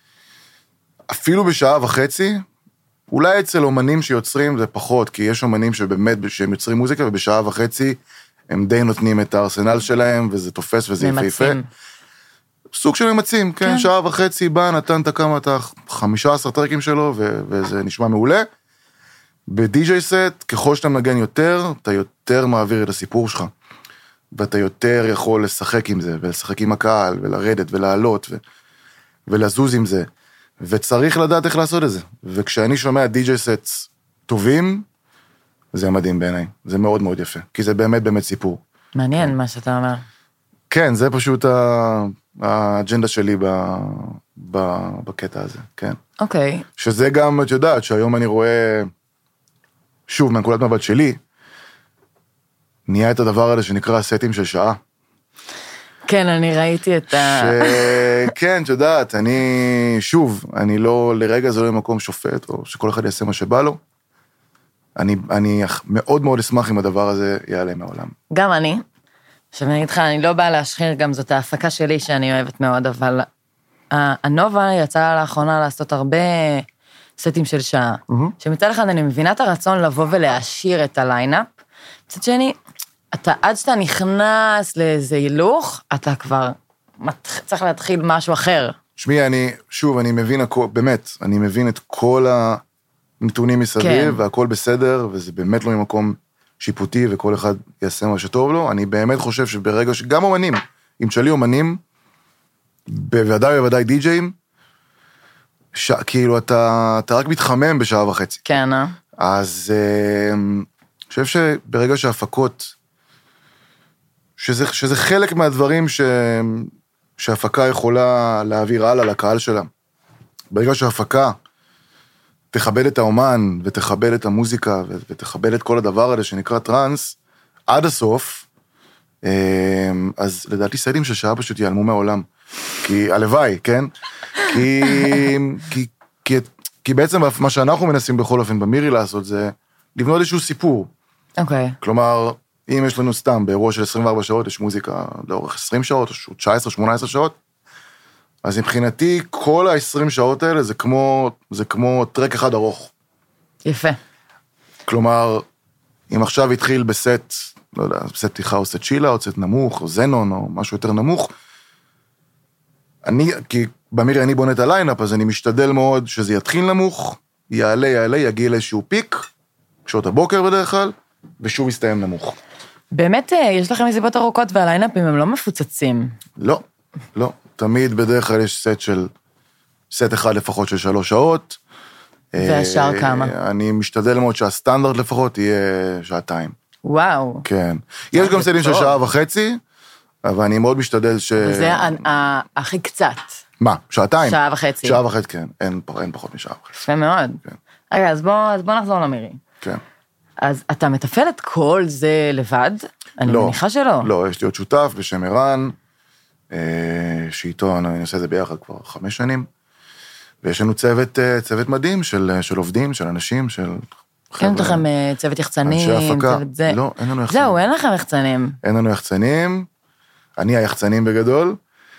אפילו בשעה וחצי, אולי אצל אומנים שיוצרים זה פחות, כי יש אומנים שבאמת, שהם יוצרים מוזיקה, ובשעה וחצי הם די נותנים את הארסנל שלהם, וזה תופס וזה יפהפה. סוג של ממצים, כן, כן. שעה וחצי בא, נתן את כמה, את החמישה עשר טרקים שלו, ו- וזה נשמע מעולה. בדי-ג'יי סט, ככל שאתה מנגן יותר, אתה יותר מעביר את הסיפור שלך, ואתה יותר יכול לשחק עם זה, ולשחק עם הקהל, ולרדת, ולעלות, ו- ולזוז עם זה. וצריך לדעת איך לעשות את זה. וכשאני שומע די-ג'יי סטס טובים, זה מדהים בעיניי. זה מאוד מאוד יפה. כי זה באמת באמת סיפור. מעניין כן. מה שאתה אומר. כן, זה פשוט האג'נדה שלי ב, ב, בקטע הזה, כן. אוקיי. שזה גם, את יודעת, שהיום אני רואה, שוב, מהנקודת מבט שלי, נהיה את הדבר הזה שנקרא סטים של שעה. כן, אני ראיתי את ה... ש... כן, את יודעת, אני, שוב, אני לא, לרגע זה לא מקום שופט, או שכל אחד יעשה מה שבא לו. אני, אני מאוד מאוד אשמח אם הדבר הזה יעלה מהעולם. גם אני, עכשיו אני אגיד לך, אני לא באה להשחיר, גם זאת ההפקה שלי שאני אוהבת מאוד, אבל הנובה יצאה לאחרונה לעשות הרבה סטים של שעה, שמצד אחד אני מבינה את הרצון לבוא ולהשאיר את הליינאפ, מצד שני, אתה, עד שאתה נכנס לאיזה הילוך, אתה כבר צריך להתחיל משהו אחר. שמי, אני, שוב, אני מבין הכל, באמת, אני מבין את כל הנתונים מסביב, כן. והכל בסדר, וזה באמת לא ממקום שיפוטי, וכל אחד יעשה מה שטוב לו. אני באמת חושב שברגע שגם אומנים, אם שלי אומנים, בוודאי ובוודאי די-ג'אים, ש... כאילו אתה, אתה רק מתחמם בשעה וחצי. כן, אה? אז אני חושב שברגע שההפקות, שזה, שזה חלק מהדברים ש... שההפקה יכולה להעביר הלאה לקהל שלה. ברגע שההפקה תכבד את האומן, ותכבד את המוזיקה, ותכבד את כל הדבר הזה שנקרא טרנס, עד הסוף, אז לדעתי סיידים של שעה פשוט ייעלמו מהעולם. כי הלוואי, כן? כי, כי, כי, כי בעצם מה שאנחנו מנסים בכל אופן במירי לעשות, זה לבנות איזשהו סיפור. אוקיי. Okay. כלומר, אם יש לנו סתם באירוע של עשרים וארבע שעות, יש מוזיקה לאורך עשרים שעות, או תשע עשרה שמונה עשרה שעות, אז מבחינתי, כל ה-עשרים שעות האלה זה כמו, זה כמו טרק אחד ארוך. יפה. כלומר, אם עכשיו התחיל בסט, לא יודע, בסט פתיחה או סט שילה, או סט נמוך, או זנון, או משהו יותר נמוך, אני, כי במירי אני בונה את הליינאפ, אז אני משתדל מאוד שזה יתחיל נמוך, יעלה, יעלה, יגיע לאיזשהו פיק, שעות הבוקר בדרך כלל, ושוב יסתיים נמוך. באמת, יש לכם מסיבות ארוכות, והליינאפים הם לא מפוצצים. לא, לא. תמיד בדרך כלל יש סט של, סט אחד לפחות של שלוש שעות. והשאר כמה? אני משתדל מאוד שהסטנדרט לפחות יהיה שעתיים. וואו. כן. יש גם סטים של שעה וחצי, אבל אני מאוד משתדל ש... וזה הכי קצת. מה? שעתיים? שעה וחצי. שעה וחצי, כן. אין פחות משעה וחצי. יפה מאוד. רגע, אז בוא נחזור למירי. כן. אז אתה מתפעל את כל זה לבד? אני מניחה שלא. לא, יש לי עוד שותף בשם ערן, שאיתו אני עושה את זה ביחד כבר חמש שנים, ויש לנו צוות, צוות מדהים של, של עובדים, של אנשים, של... כן, יש לכם צוות יחצנים, צוות זה... לא, אין לנו יחצנים. זהו, אין לכם יחצנים. אין לנו יחצנים, אני היחצנים בגדול,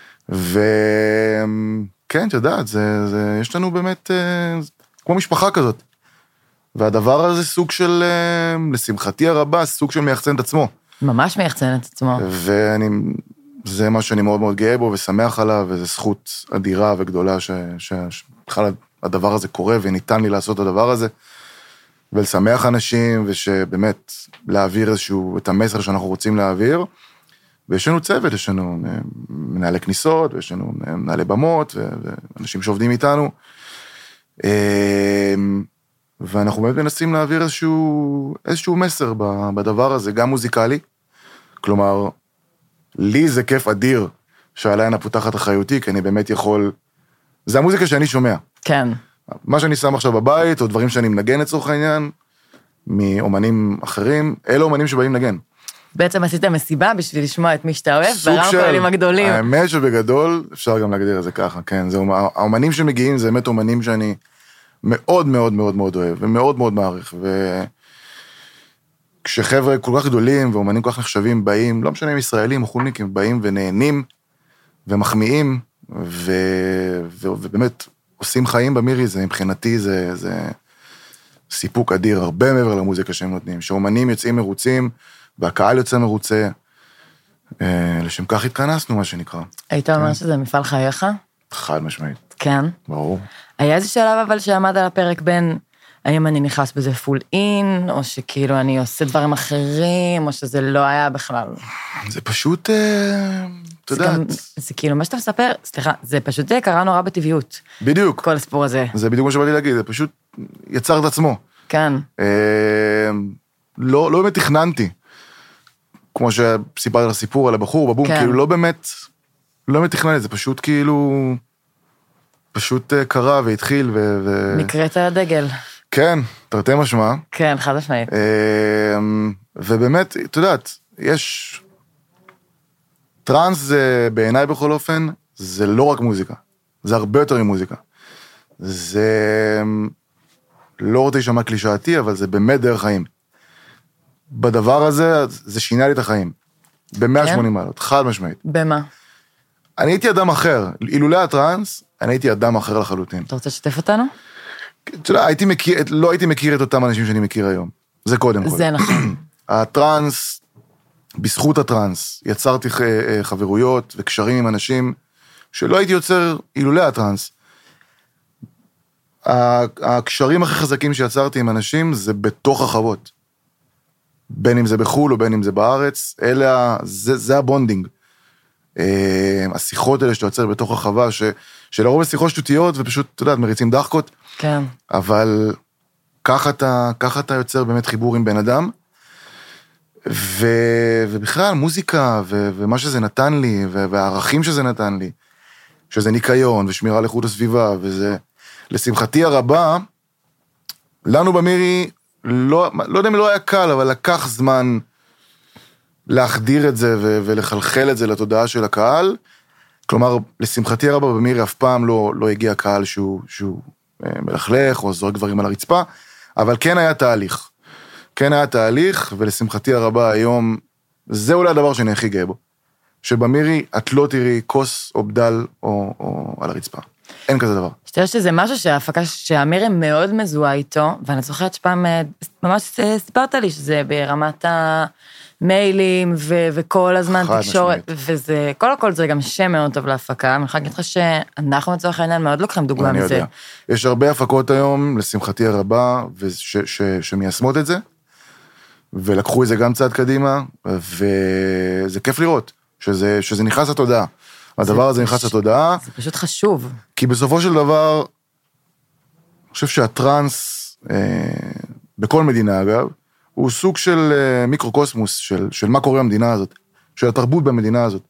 וכן, את יודעת, זה, זה, יש לנו באמת, כמו משפחה כזאת, והדבר הזה סוג של, לשמחתי הרבה, סוג של מייחצן את עצמו. ממש מייחצן את עצמו. ואני... זה מה שאני מאוד מאוד גאה בו ושמח עליו, וזו זכות אדירה וגדולה שבכלל הדבר הזה קורה, וניתן לי לעשות את הדבר הזה, ולשמח אנשים, ושבאמת להעביר איזשהו, את המסר שאנחנו רוצים להעביר, ויש לנו צוות, יש לנו מנהלי כניסות, ויש לנו מנהלי במות, ואנשים שעובדים איתנו, ואנחנו באמת מנסים להעביר איזשהו, איזשהו מסר בדבר הזה, גם מוזיקלי, כלומר, לי זה כיף אדיר שהליין הפותחת אחריותי, כי אני באמת יכול... זה המוזיקה שאני שומע. כן. מה שאני שם עכשיו בבית, או דברים שאני מנגן לצורך העניין, מאומנים אחרים, אלה אומנים שבאים לנגן. בעצם עשית מסיבה בשביל לשמוע את מי שאתה אוהב, והרמקולים הגדולים. האמת שבגדול, אפשר גם להגדיר את זה ככה, כן. זה, האומנים שמגיעים זה באמת אומנים שאני מאוד מאוד מאוד מאוד אוהב, ומאוד מאוד מעריך, ו... כשחבר'ה כל כך גדולים ואומנים כל כך נחשבים באים, לא משנה אם ישראלים או חולניקים, באים ונהנים ומחמיאים, ו... ו... ובאמת עושים חיים במירי, זה מבחינתי זה, זה סיפוק אדיר, הרבה מעבר למוזיקה שהם נותנים, שאומנים יוצאים מרוצים, והקהל יוצא מרוצה, לשם כך התכנסנו, מה שנקרא. היית אומר שזה מפעל חייך? חד משמעית. כן. ברור. היה איזה שלב אבל שעמד על הפרק בין... האם אני נכנס בזה פול אין, או שכאילו אני עושה דברים אחרים, או שזה לא היה בכלל. זה פשוט, אתה יודעת. זה כאילו, מה שאתה מספר, סליחה, זה פשוט קרה נורא בטבעיות. בדיוק. כל הסיפור הזה. זה בדיוק מה שבאתי להגיד, זה פשוט יצר את עצמו. כן. לא, לא באמת תכננתי, כמו שסיפרתי על הסיפור, על הבחור, בבום, כאילו לא באמת, לא באמת תכננתי, זה פשוט כאילו, פשוט קרה והתחיל ו... נקראת על הדגל. כן, תרתי משמע. כן, חד משמעית. ובאמת, אתה יודעת, יש... טרנס זה, בעיניי בכל אופן, זה לא רק מוזיקה. זה הרבה יותר ממוזיקה. זה... לא רוצה להישמע קלישאתי, אבל זה באמת דרך חיים. בדבר הזה, זה שינה לי את החיים. ב-מאה ושמונים מעלות, חד משמעית. במה? אני הייתי אדם אחר, אילולא הטרנס, אני הייתי אדם אחר לחלוטין. אתה רוצה לשתף אותנו? אתה יודע, הייתי מכיר, לא הייתי מכיר את אותם אנשים שאני מכיר היום. זה קודם כל. זה נכון. הטרנס, בזכות הטרנס, יצרתי חברויות וקשרים עם אנשים שלא הייתי יוצר אילולא הטרנס. הקשרים הכי חזקים שיצרתי עם אנשים זה בתוך החוות. בין אם זה בחול או בין אם זה בארץ, אלה, זה, זה הבונדינג. השיחות האלה שאתה יוצר בתוך החווה, ש, שלרוב השיחות שטותיות ופשוט, אתה יודע, מריצים דחקות. כן. אבל ככה אתה, ככה אתה יוצר באמת חיבור עם בן אדם, ו, ובכלל מוזיקה ו, ומה שזה נתן לי, ו, והערכים שזה נתן לי, שזה ניקיון ושמירה על איכות הסביבה, וזה, לשמחתי הרבה, לנו במירי, לא, לא יודע אם לא היה קל, אבל לקח זמן להחדיר את זה ו- ולחלחל את זה לתודעה של הקהל. כלומר, לשמחתי הרבה במירי אף פעם לא, לא הגיע קהל שהוא, שהוא מלכלך או זורק דברים על הרצפה, אבל כן היה תהליך. כן היה תהליך, ולשמחתי הרבה היום, זה אולי הדבר שאני הכי גאה בו. שבמירי את לא תראי כוס או בדל או, או על הרצפה. אין כזה דבר. שתראה שזה משהו שההפקה שהמירי מאוד מזוהה איתו, ואני זוכרת שפעם ממש סיפרת לי שזה ברמת המיילים ו- וכל הזמן תקשורת, וזה, כל הכל זה גם שם מאוד טוב להפקה, אני יכולה להגיד לך שאנחנו לצורך העניין מאוד לוקחים דוגמה מזה. יודע. יש הרבה הפקות היום, לשמחתי הרבה, ש- ש- שמיישמות את זה, ולקחו את זה גם צעד קדימה, וזה כיף לראות, שזה, שזה נכנס לתודעה. הדבר הזה נכנס לתודעה. זה פשוט חשוב. כי בסופו של דבר, אני חושב שהטרנס, אה, בכל מדינה אגב, הוא סוג של אה, מיקרוקוסמוס, של, של מה קורה במדינה הזאת, של התרבות במדינה הזאת.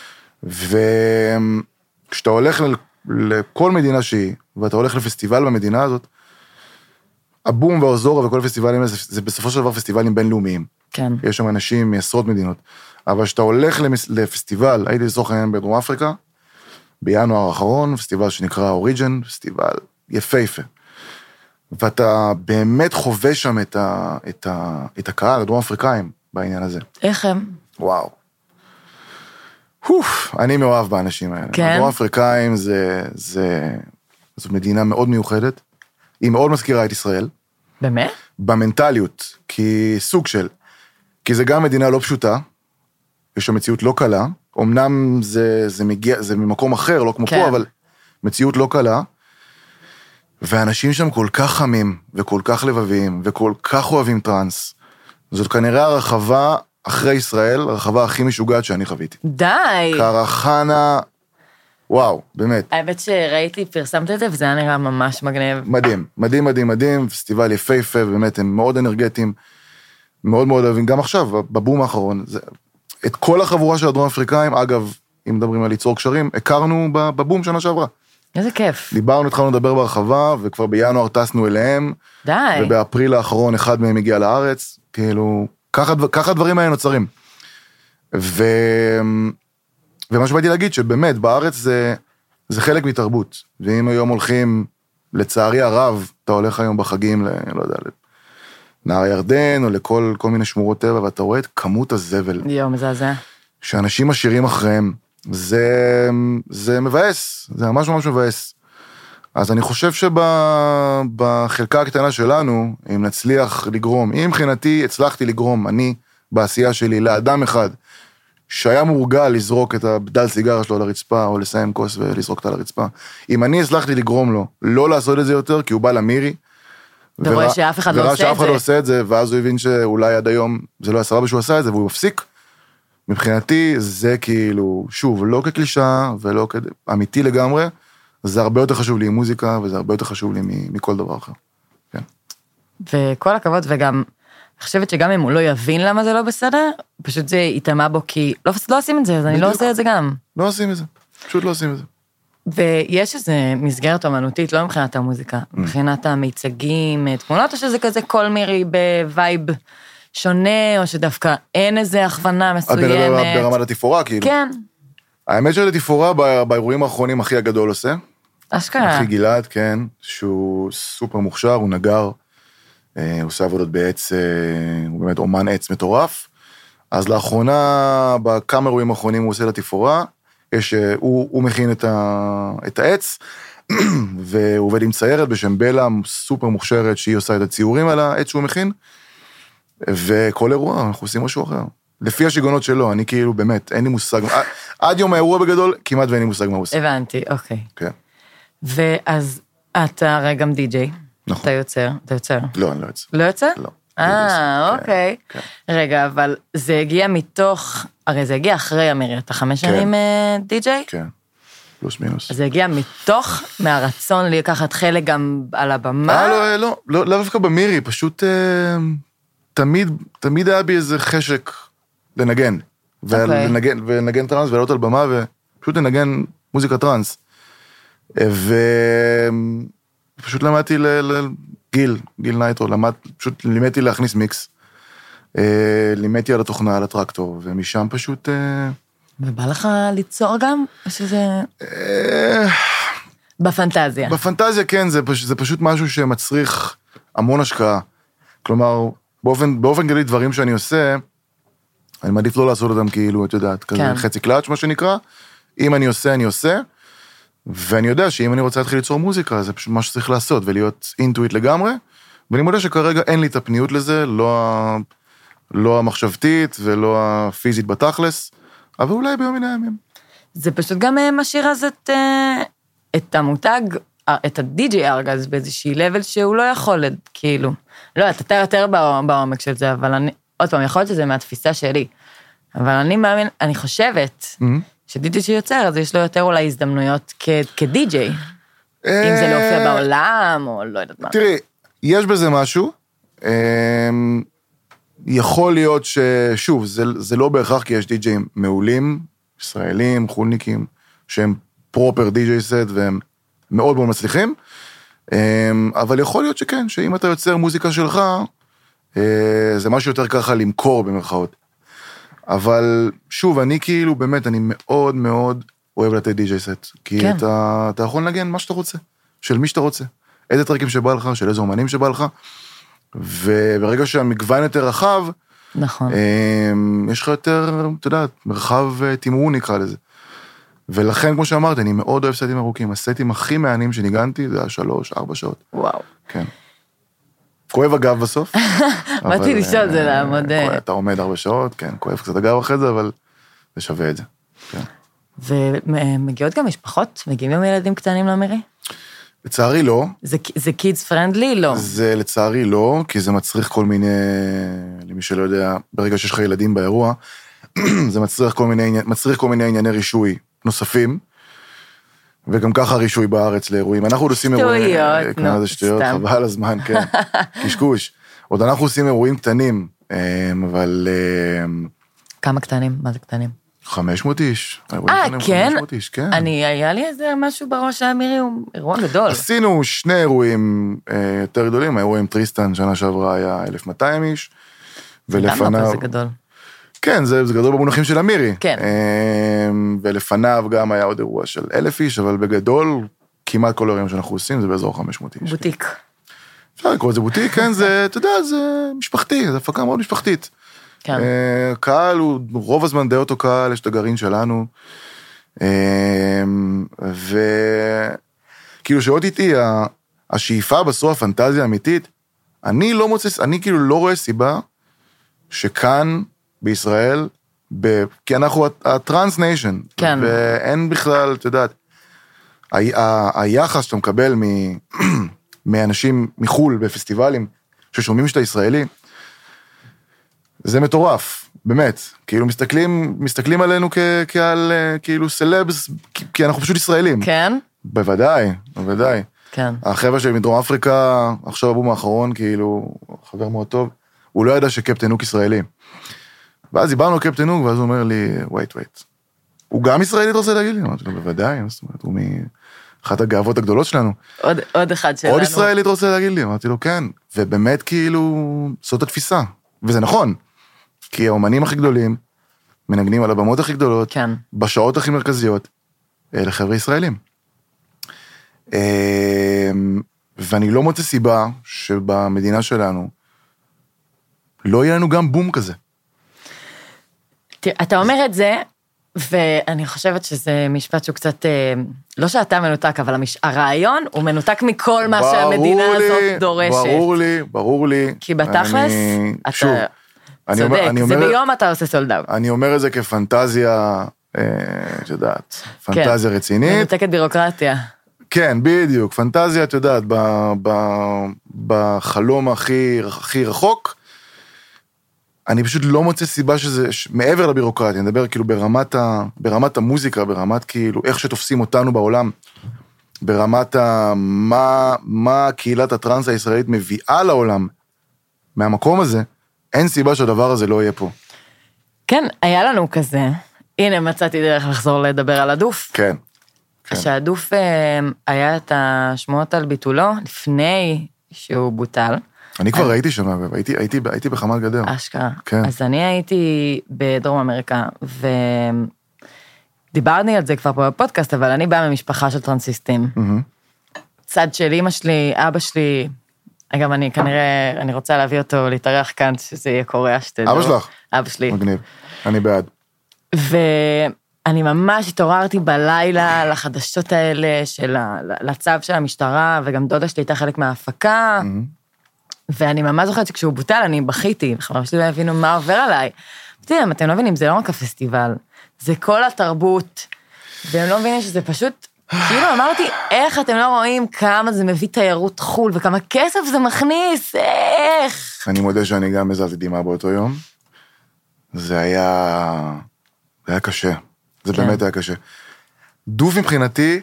וכשאתה הולך ל, לכל מדינה שהיא, ואתה הולך לפסטיבל במדינה הזאת, הבום והאוזורה וכל הפסטיבלים האלה, זה, זה בסופו של דבר פסטיבלים בינלאומיים. כן. יש שם אנשים מעשרות מדינות. אבל כשאתה הולך לפסטיבל, הייתי לצורך העניין בדרום אפריקה, בינואר האחרון, פסטיבל שנקרא אוריג'ן, פסטיבל יפהפה. ואתה באמת חווה שם את, ה, את, ה, את הקהל, הדרום אפריקאים, בעניין הזה. איך הם? וואו. הוף, אני מאוהב באנשים האלה. כן. הדרום אפריקאים זה, זה, זו מדינה מאוד מיוחדת, היא מאוד מזכירה את ישראל. באמת? במנטליות, כי סוג של, כי זה גם מדינה לא פשוטה, יש שם מציאות לא קלה, אמנם זה, זה מגיע, זה ממקום אחר, לא כמו כן. פה, אבל מציאות לא קלה, ואנשים שם כל כך חמים, וכל כך לבביים, וכל כך אוהבים טרנס. זאת כנראה הרחבה אחרי ישראל, הרחבה הכי משוגעת שאני חוויתי. די! קרחנה, וואו, באמת. האמת שראיתי, פרסמת את זה, וזה היה נראה ממש מגניב. מדהים, מדהים, מדהים, מדהים, פסטיבל יפהפה, באמת, הם מאוד אנרגטיים, מאוד מאוד אוהבים, גם עכשיו, בבום האחרון, זה... את כל החבורה של הדרום אפריקאים, אגב, אם מדברים על ליצור קשרים, הכרנו בבום שנה שעברה. איזה כיף. דיברנו, התחלנו לדבר ברחבה, וכבר בינואר טסנו אליהם. די. ובאפריל האחרון אחד מהם הגיע לארץ, כאילו, ככה, ככה הדברים האלה נוצרים. ו... ומה שבאתי להגיד, שבאמת, בארץ זה, זה חלק מתרבות. ואם היום הולכים, לצערי הרב, אתה הולך היום בחגים, ל... לא יודע, נהר הירדן, או לכל כל מיני שמורות טבע, ואתה רואה את כמות הזבל. יום, מזעזע. שאנשים עשירים אחריהם, זה, זה מבאס, זה ממש ממש מבאס. אז אני חושב שבחלקה הקטנה שלנו, אם נצליח לגרום, אם מבחינתי הצלחתי לגרום, אני בעשייה שלי, לאדם אחד, שהיה מורגל לזרוק את הבדל סיגרה שלו על הרצפה, או לסיים כוס ולזרוק אותה על הרצפה, אם אני הצלחתי לגרום לו, לא לעשות את זה יותר, כי הוא בא למירי, ורואה שאף אחד לא עושה את זה. וראה שאף אחד לא עושה את זה, ואז הוא הבין שאולי עד היום זה לא היה סבבה שהוא עשה את זה, והוא מפסיק. מבחינתי זה כאילו, שוב, לא כקלישה, ולא אמיתי לגמרי, זה הרבה יותר חשוב לי עם מוזיקה, וזה הרבה יותר חשוב לי מכל דבר אחר. כן. וכל הכבוד, וגם, אני חושבת שגם אם הוא לא יבין למה זה לא בסדר, פשוט זה יתאמה בו, כי לא, לא עושים את זה, אז אני לא עושה את זה גם. לא עושים את זה, פשוט לא עושים את זה. ויש איזו מסגרת אומנותית, לא מבחינת המוזיקה, מבחינת המיצגים, תמונות, או שזה כזה כל מירי בווייב שונה, או שדווקא אין איזה הכוונה מסוימת. את ברמת התפאורה, כאילו. כן. האמת של התפאורה, באירועים האחרונים הכי הגדול עושה. אשכרה. הכי גלעד, כן, שהוא סופר מוכשר, הוא נגר, הוא עושה עבודות בעץ, הוא באמת אומן עץ מטורף, אז לאחרונה, בכמה אירועים האחרונים הוא עושה לתפאורה, יש, הוא, הוא מכין את, ה, את העץ, והוא עובד עם ציירת בשם בלה, סופר מוכשרת, שהיא עושה את הציורים על העץ שהוא מכין, וכל אירוע אנחנו עושים משהו אחר. לפי השיגונות שלו, אני כאילו באמת, אין לי מושג, עד יום האירוע בגדול, כמעט ואין לי מושג מה הוא עושה. הבנתי, אוקיי. כן. ואז אתה הרי גם די-ג'יי. נכון. אתה יוצר, אתה יוצר. לא, אני לא יוצא. לא יוצא? לא. אה, אוקיי. כן. רגע, אבל זה הגיע מתוך, הרי זה הגיע אחרי אמירי, אתה חמש שנים די-ג'יי? כן, פלוס מינוס. אז זה הגיע מתוך, מהרצון לקחת חלק גם על הבמה? אה, לא, לא, לא, לא דווקא במירי, פשוט אה, תמיד, תמיד היה בי איזה חשק לנגן. ולנגן, ולנגן טרנס ולעלות על במה, ופשוט לנגן מוזיקה טרנס. ופשוט למדתי לגיל, גיל נייטרו, למד, פשוט לימדתי להכניס מיקס. לימדתי על התוכנה, על הטרקטור, ומשם פשוט... ובא לך ליצור גם? או שזה... בפנטזיה. בפנטזיה, כן, זה פשוט, זה פשוט משהו שמצריך המון השקעה. כלומר, באופן, באופן כללי דברים שאני עושה, אני מעדיף לא לעשות אותם כאילו, את יודעת, כזה כן. חצי קלאץ' מה שנקרא. אם אני עושה, אני עושה. ואני יודע שאם אני רוצה להתחיל ליצור מוזיקה, זה פשוט מה שצריך לעשות, ולהיות אינטואיט לגמרי. ואני מודה שכרגע אין לי את הפניות לזה, לא, לא המחשבתית ולא הפיזית בתכלס, אבל אולי ביום מן הימים. זה פשוט גם משאיר אז את, את המותג, את הדי-ג'יי ארגז באיזושהי לבל שהוא לא יכול, כאילו. לא, אתה יותר בעומק של זה, אבל אני, עוד פעם, יכול להיות שזה מהתפיסה שלי. אבל אני מאמין, אני חושבת mm-hmm. שדי-ג'יי שיוצר, אז יש לו יותר אולי הזדמנויות כ- כדי-ג'יי. אם זה להופיע בעולם, או לא יודעת מה. תראי, יש בזה משהו, יכול להיות ששוב, זה, זה לא בהכרח כי יש די-ג'יים מעולים, ישראלים, חולניקים, שהם פרופר די-ג'יי סט, והם מאוד מאוד מצליחים, אבל יכול להיות שכן, שאם אתה יוצר מוזיקה שלך, זה משהו יותר ככה למכור במרכאות. אבל שוב, אני כאילו באמת, אני מאוד מאוד אוהב לתת די-ג'יי סט, כי כן. אתה, אתה יכול לנגן מה שאתה רוצה, של מי שאתה רוצה, איזה טרקים שבא לך, של איזה אומנים שבא לך, וברגע שהמגוון יותר רחב, נכון. יש לך יותר, אתה יודעת, מרחב תימרון נקרא לזה. ולכן, כמו שאמרתי, אני מאוד אוהב סטים ארוכים, הסטים הכי מעניינים שניגנתי, זה היה שלוש, ארבע שעות. וואו. כן. כואב הגב בסוף. באתי לשאול זה לעמוד. אתה עומד ארבע שעות, כן, כואב קצת הגב אחרי זה, אבל זה שווה את זה. ומגיעות גם משפחות, מגיעים גם ילדים קטנים לאמירי? לצערי לא. זה קידס פרנדלי? לא. זה לצערי לא, כי זה מצריך כל מיני, למי שלא יודע, ברגע שיש לך ילדים באירוע, זה מצריך כל מיני, מצריך כל מיני ענייני רישוי נוספים, וגם ככה רישוי בארץ לאירועים. אנחנו עוד עושים אירועים... שטויות, נו, זה שטויות, חבל הזמן, כן. קשקוש. עוד אנחנו עושים אירועים קטנים, אבל... כמה קטנים? מה זה קטנים? חמש מאות איש. אה, כן? חמש מאות איש, כן. אני, היה לי איזה משהו בראש האמירי, הוא אירוע גדול. עשינו שני אירועים יותר גדולים, האירוע עם טריסטן, שנה שעברה היה אלף מאתיים איש, ולפניו... למה זה גדול? כן, זה, זה גדול במונחים של אמירי. כן. ולפניו גם היה עוד אירוע של אלף איש, אבל בגדול, כמעט כל אירועים שאנחנו עושים, זה באזור חמש מאות איש. בוטיק. אפשר לקרוא את זה בוטיק, כן, זה, אתה יודע, זה משפחתי, זה הפקה מאוד משפחתית. כן. קהל הוא, רוב הזמן די אותו קהל, יש את הגרעין שלנו, וכאילו שעוד איתי, השאיפה בסוף, הפנטזיה האמיתית, אני לא מוצא, אני כאילו לא רואה סיבה, שכאן, בישראל, ב... כי אנחנו הטרנס ניישן, כן. ואין בכלל, אתה יודעת, ה... ה... היחס שאתה מקבל מ... מאנשים מחול בפסטיבלים, ששומעים שאתה ישראלי, זה מטורף, באמת, כאילו מסתכלים, מסתכלים עלינו כ... כעל כאילו סלבס, כי אנחנו פשוט ישראלים. כן? בוודאי, בוודאי. כן. החבר'ה שלי מדרום אפריקה, עכשיו הבום האחרון, כאילו, חבר מאוד טוב, הוא לא ידע שקפטן הוק ישראלי. ואז דיברנו קפטן הוק, ואז הוא אומר לי, wait, wait, הוא גם ישראלי, אתה רוצה להגיד לי? אמרתי לו, בוודאי, זאת אומרת, הוא מאחת הגאוות הגדולות שלנו. עוד, עוד אחד שלנו. עוד ישראלי, אתה רוצה להגיד לי? אמרתי לו, כן, ובאמת כאילו, זאת התפיסה, וזה נכון, כי האומנים הכי גדולים, מנגנים על הבמות הכי גדולות, כן. בשעות הכי מרכזיות, לחבר'ה ישראלים. ואני לא מוצא סיבה שבמדינה שלנו, לא יהיה לנו גם בום כזה. תראה, אתה אומר את זה, ואני חושבת שזה משפט שהוא קצת, לא שאתה מנותק, אבל המש... הרעיון הוא מנותק מכל מה שהמדינה לי, הזאת דורשת. ברור לי, ברור לי. כי בתכלס, אני... אתה שוב, אני צודק, אומר, אני זה אומר, ביום אתה עושה סולדאוט. אני אומר את זה כפנטזיה, את יודעת, פנטזיה כן, רצינית. מנותקת בירוקרטיה. כן, בדיוק, פנטזיה, את יודעת, ב, ב, בחלום הכי, הכי רחוק, אני פשוט לא מוצא סיבה שזה, מעבר לבירוקרטיה, אני מדבר כאילו ברמת, ה, ברמת המוזיקה, ברמת כאילו, איך שתופסים אותנו בעולם, ברמת ה, מה, מה קהילת הטרנס הישראלית מביאה לעולם, מהמקום הזה, אין סיבה שהדבר הזה לא יהיה פה. כן, היה לנו כזה, הנה מצאתי דרך לחזור לדבר על הדוף. כן. כן. שהדוף היה את השמועות על ביטולו, לפני שהוא בוטל. אני כבר הייתי שם, הייתי, הייתי, הייתי בחמת גדר. אשכרה. כן. אז אני הייתי בדרום אמריקה, ודיברני על זה כבר פה בפודקאסט, אבל אני באה ממשפחה של טרנסיסטים. Mm-hmm. צד של אמא שלי, אבא שלי, אגב, אני כנראה, אני רוצה להביא אותו להתארח כאן, שזה יהיה קורא, שתדעו. אבא שלך? אבא שלי. מגניב, אני בעד. ואני ממש התעוררתי בלילה לחדשות האלה, של ה... לצו של המשטרה, וגם דודה שלי הייתה חלק מההפקה, mm-hmm. ואני ממש זוכרת שכשהוא בוטל, אני בכיתי, בכלל שלי לא הבינו מה עובר עליי. אתם, אתם לא מבינים, זה לא רק הפסטיבל, זה כל התרבות, והם לא מבינים שזה פשוט, כאילו אמרתי, איך אתם לא רואים כמה זה מביא תיירות חול, וכמה כסף זה מכניס, איך? אני מודה שאני גם מזלתי דמעה באותו יום. זה היה, זה היה קשה. זה כן. באמת היה קשה. דוף מבחינתי,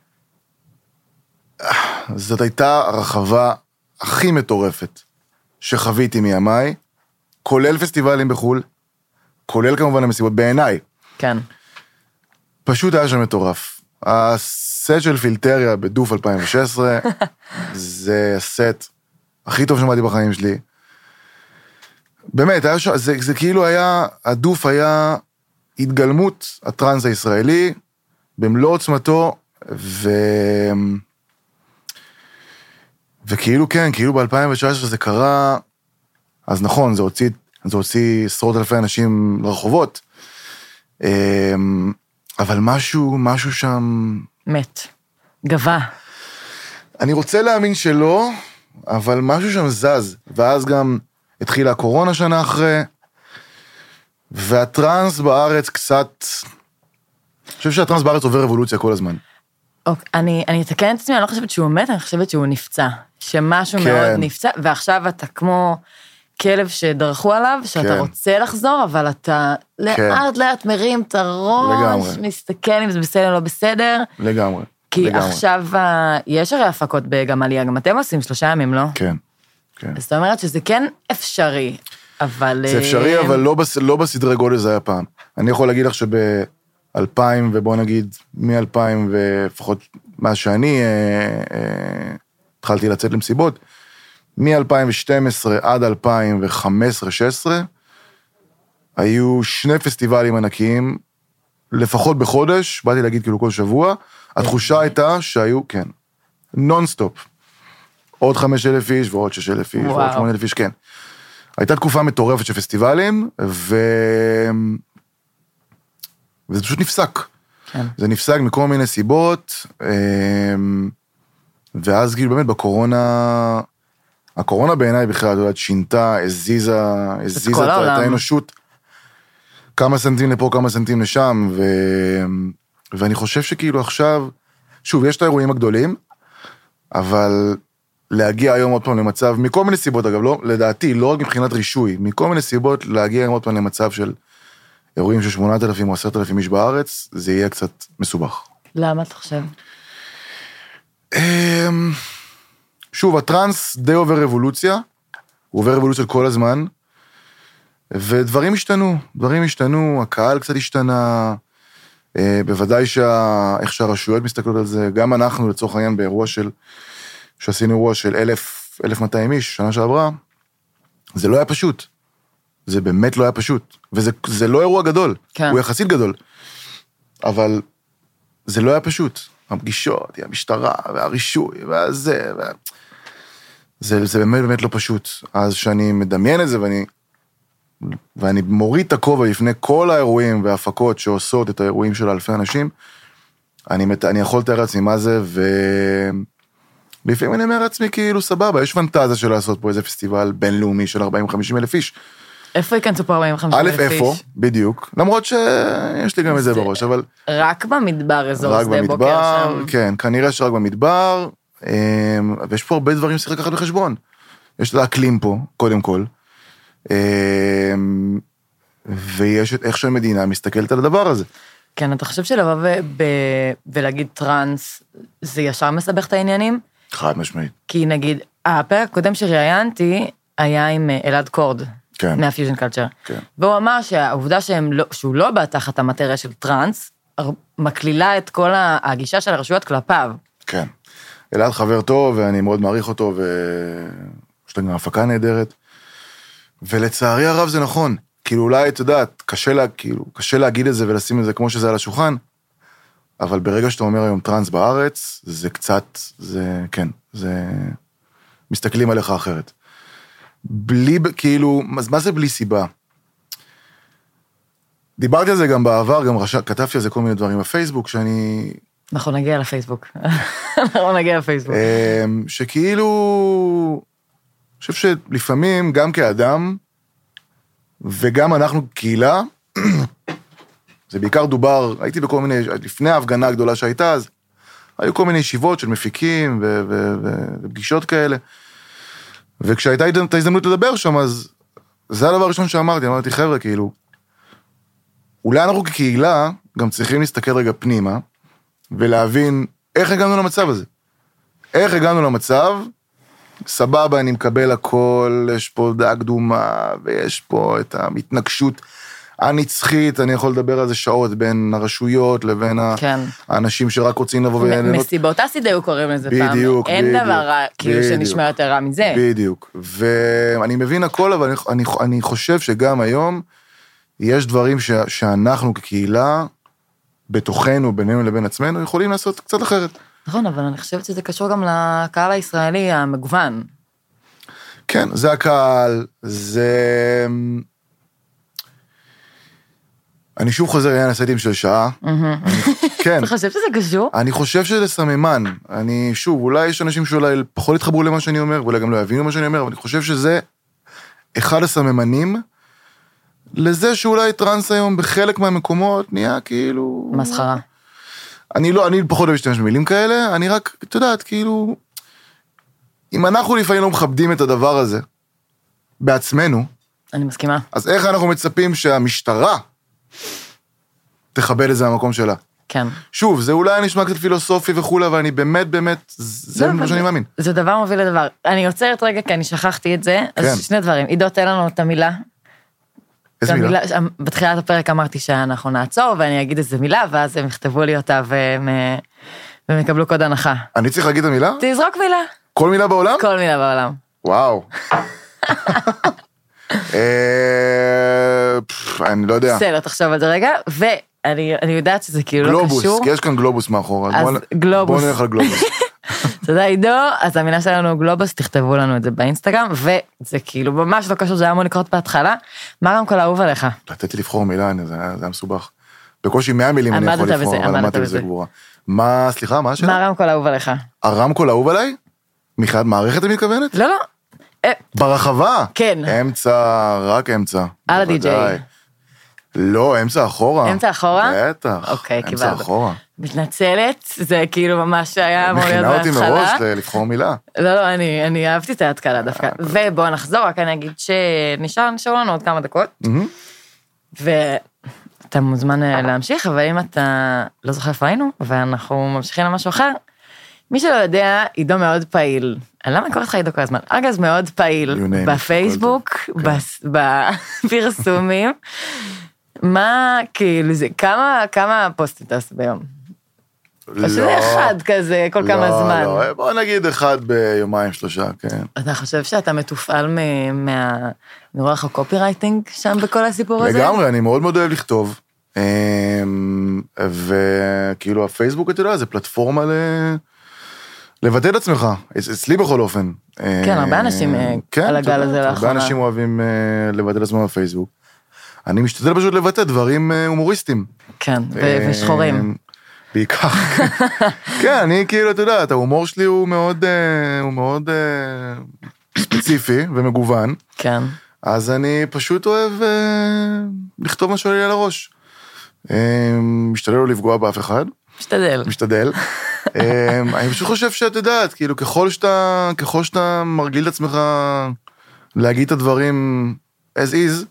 זאת הייתה הרחבה הכי מטורפת שחוויתי מימיי, כולל פסטיבלים בחול, כולל כמובן המסיבות בעיניי. כן. פשוט היה שם מטורף. הסט של פילטריה בדוף אלפיים ושש עשרה, זה הסט הכי טוב שמעתי בחיים שלי. באמת, היה ש... זה, זה כאילו היה, הדוף היה התגלמות הטרנס הישראלי, במלוא עוצמתו, ו... וכאילו כן, כאילו ב-אלפיים ותשע עשרה זה קרה, אז נכון, זה הוציא, זה הוציא עשרות אלפי אנשים לרחובות, אבל משהו, משהו שם... מת. גבה. אני רוצה להאמין שלא, אבל משהו שם זז, ואז גם התחילה הקורונה שנה אחרי, והטרנס בארץ קצת... אני חושב שהטרנס בארץ עובר רבולוציה כל הזמן. אוקיי, אני, אני אתקן את עצמי, אני לא חושבת שהוא מת, אני חושבת שהוא נפצע. שמשהו כן. מאוד נפצע, ועכשיו אתה כמו כלב שדרכו עליו, שאתה כן. רוצה לחזור, אבל אתה כן. לאט לאט מרים את הראש, לגמרי. מסתכל אם זה בסדר או לא בסדר. לגמרי. כי לגמרי. עכשיו, יש הרי הפקות בגמליה, גם אתם עושים שלושה ימים, לא? כן, כן. אז זאת אומרת שזה כן אפשרי, אבל... זה אפשרי, אבל לא, בס... לא בסדרי גודל זה היה פעם. אני יכול להגיד לך שב-אלפיים, ובוא נגיד, מ-אלפיים, ולפחות מה שאני אה, אה, התחלתי לצאת למסיבות, מ-אלפיים ושתים עשרה עד אלפיים וחמש עשרה שש עשרה, היו שני פסטיבלים ענקיים, לפחות בחודש, באתי להגיד כאילו כל שבוע, התחושה הייתה שהיו, כן, נונסטופ. עוד חמש אלף איש ועוד שש אלף איש ועוד שמונה אלף איש, כן. הייתה תקופה מטורפת של פסטיבלים, ו... וזה פשוט נפסק. כן. זה נפסק מכל מיני סיבות, ואז כאילו באמת בקורונה, הקורונה בעיניי בכלל, אתה יודעת, שינתה, הזיזה, הזיזה את האנושות, כמה סנטים לפה, כמה סנטים לשם, ו... ואני חושב שכאילו עכשיו, שוב, יש את האירועים הגדולים, אבל להגיע היום עוד פעם למצב, מכל מיני סיבות אגב, לא, לדעתי, לא רק מבחינת רישוי, מכל מיני סיבות להגיע היום עוד פעם למצב של אירועים של שמונת אלפים או עשרת אלפים איש בארץ, זה יהיה קצת מסובך. למה אתה חושב? שוב, הטרנס די עובר רבולוציה, הוא עובר רבולוציה כל הזמן, ודברים השתנו, דברים השתנו, הקהל קצת השתנה, בוודאי שה... איך שהרשויות מסתכלות על זה, גם אנחנו לצורך העניין באירוע של, שעשינו אירוע של אלף, אלף מאתיים איש, שנה שעברה, זה לא היה פשוט, זה באמת לא היה פשוט, וזה זה לא אירוע גדול, כן. הוא יחסית גדול, אבל זה לא היה פשוט, הפגישות, המשטרה, והרישוי, והזה, וה... זה, זה באמת באמת לא פשוט, אז שאני מדמיין את זה, ואני ואני מוריד את הכובע לפני כל האירועים וההפקות שעושות את האירועים של אלפי אנשים, אני, אני יכול לתאר לעצמי מה זה, ולפעמים אני אומר לעצמי כאילו סבבה, יש פנטזיה של לעשות פה איזה פסטיבל בינלאומי של ארבעים חמישים אלף איש. איפה ייכנסו פה ארבעים חמישים אלף איש? א', איפה, בדיוק, למרות שיש לי גם את זה בראש, אבל... רק במדבר אזור רק שדה בוקר שם. כן, כנראה שרק במדבר, ויש פה הרבה דברים שצריך לקחת בחשבון. יש את האקלים פה, קודם כל, ויש את איך שהמדינה מסתכלת על הדבר הזה. כן, אתה חושב שלבוא ו- ב- ולהגיד טרנס, זה ישר מסבך את העניינים? חד משמעית. כי נגיד, הפרק הקודם שראיינתי, היה עם אלעד קורד, כן. מהפיוז'ן קלצ'ר. כן. והוא אמר שהעובדה שהם לא, שהוא לא בא תחת המטריה של טרנס, מקלילה את כל הגישה של הרשויות כלפיו. כן. אלעד חבר טוב, ואני מאוד מעריך אותו, ויש לו גם הפקה נהדרת. ולצערי הרב זה נכון. כאילו אולי, אתה יודעת, קשה, לה, כאילו, קשה להגיד את זה ולשים את זה כמו שזה על השולחן, אבל ברגע שאתה אומר היום טרנס בארץ, זה קצת, זה, כן, זה, מסתכלים עליך אחרת. בלי, כאילו, מה זה בלי סיבה? דיברתי על זה גם בעבר, גם רש... כתבתי על זה כל מיני דברים בפייסבוק, שאני... אנחנו נגיע לפייסבוק. אנחנו נגיע לפייסבוק. שכאילו, אני חושב שלפעמים, גם כאדם, וגם אנחנו קהילה, זה בעיקר דובר, הייתי בכל מיני, לפני ההפגנה הגדולה שהייתה, אז היו כל מיני ישיבות של מפיקים ו- ו- ו- ופגישות כאלה, וכשהייתה את ההזדמנות לדבר שם, אז זה הדבר הראשון שאמרתי, אמרתי, חבר'ה, כאילו, אולי אנחנו כקהילה גם צריכים להסתכל רגע פנימה, ולהבין איך הגענו למצב הזה. איך הגענו למצב, סבבה, אני מקבל הכל, יש פה דעה קדומה, ויש פה את המתנגשות הנצחית, אני יכול לדבר על זה שעות, בין הרשויות לבין כן. האנשים שרק רוצים לבוא ו... מסיבות הסידאו קוראים לזה פעם. בדיוק, אין בדיוק. דבר רע, כאילו שנשמע יותר רע מזה. בדיוק, ואני מבין הכל, אבל אני, אני חושב שגם היום, יש דברים ש... שאנחנו כקהילה, בתוכנו, בינינו לבין עצמנו, יכולים לעשות קצת אחרת. נכון, אבל אני חושבת שזה קשור גם לקהל הישראלי המגוון. כן, זה הקהל, זה... אני שוב חוזר לעניין הסייטים של שעה. כן. אתה חושב שזה קשור? אני חושב שזה סממן. אני, שוב, אולי יש אנשים שאולי פחות יתחברו למה שאני אומר, ואולי גם לא יבינו מה שאני אומר, אבל אני חושב שזה אחד הסממנים, לזה שאולי טרנס היום בחלק מהמקומות נהיה כאילו... מסחרה. אני לא, אני פחות לא משתמש במילים כאלה, אני רק, אתה יודעת, כאילו, אם אנחנו לפעמים לא מכבדים את הדבר הזה, בעצמנו, אני מסכימה. אז איך אנחנו מצפים שהמשטרה תכבד את זה במקום שלה? כן. שוב, זה אולי נשמע קצת פילוסופי וכו', אבל אני באמת, באמת, זה מה שאני מאמין. זה דבר מוביל לדבר. אני עוצרת רגע, כי אני שכחתי את זה, אז שני דברים. עידו, תן לנו את המילה. איזה מילה? בתחילת הפרק אמרתי שאנחנו נעצור, ואני אגיד איזה מילה, ואז הם יכתבו לי אותה, והם יקבלו קוד הנחה. אני צריך להגיד את המילה? תזרוק מילה. כל מילה בעולם? כל מילה בעולם. וואו. אני לא יודע. בסדר, תחשוב על זה רגע, ואני יודעת שזה כאילו לא קשור. גלובוס, כי יש כאן גלובוס מאחור. אז גלובוס. בואו נלך על גלובוס. תודה עידו, אז המילה שלנו גלובוס, תכתבו לנו את זה באינסטגרם, וזה כאילו ממש לא קשור, זה היה אמור לקרות בהתחלה. מה רמקול אהוב עליך? לתתי לבחור מילה, זה היה מסובך. בקושי מאה מילים אני יכול לבחור, אבל עמדתי בזה גבורה. מה, סליחה, מה השאלה? מה רמקול אהוב עליך? הרמקול אהוב עליי? מחד מערכת את מתכוונת? לא, לא. ברחבה? כן. אמצע, רק אמצע. על הדי-ג'יי. לא, אמצע אחורה. אמצע אחורה? בטח. אוקיי, קיבלת. אמצע אחורה. מתנצלת, זה כאילו ממש היה אמור להיות בהתחלה. מכינה אותי מראש לבחור מילה. לא, לא, אני, אני אהבתי את ההתקלה דווקא. ובואו נחזור, רק אני אגיד שנשאר, נשאר לנו עוד כמה דקות. ואתה מוזמן להמשיך, אבל אם אתה לא זוכר איפה היינו, ואנחנו ממשיכים למשהו אחר, מי שלא יודע, עידו מאוד פעיל. למה אני קוראת לך עידו כל הזמן? אגב, מאוד פעיל בפייסבוק, בפרסומים. מה, כאילו, זה, כמה, כמה פוסטים תעשו ביום? או שזה אחד כזה, כל כמה זמן. לא, לא, בוא נגיד אחד ביומיים, שלושה, כן. אתה חושב שאתה מתופעל מה... נראה לך קופירייטינג שם בכל הסיפור הזה? לגמרי, אני מאוד מאוד אוהב לכתוב. וכאילו הפייסבוק, אתה יודע, זה פלטפורמה ל... לבטא את עצמך, אצלי בכל אופן. כן, הרבה אנשים על הגל הזה לאחרונה. הרבה אנשים אוהבים לבטא את עצמם בפייסבוק. אני משתדל פשוט לבטא דברים הומוריסטיים. כן, ושחורים. בעיקר. כן, אני כאילו, אתה יודע, ההומור שלי הוא מאוד, הוא מאוד ספציפי ומגוון. כן. אז אני פשוט אוהב לכתוב משהו לי על הראש. משתדל לא לפגוע באף אחד. משתדל. משתדל. אני פשוט חושב שאת יודעת, כאילו, ככל שאתה, ככל שאתה מרגיל את עצמך להגיד את הדברים as is,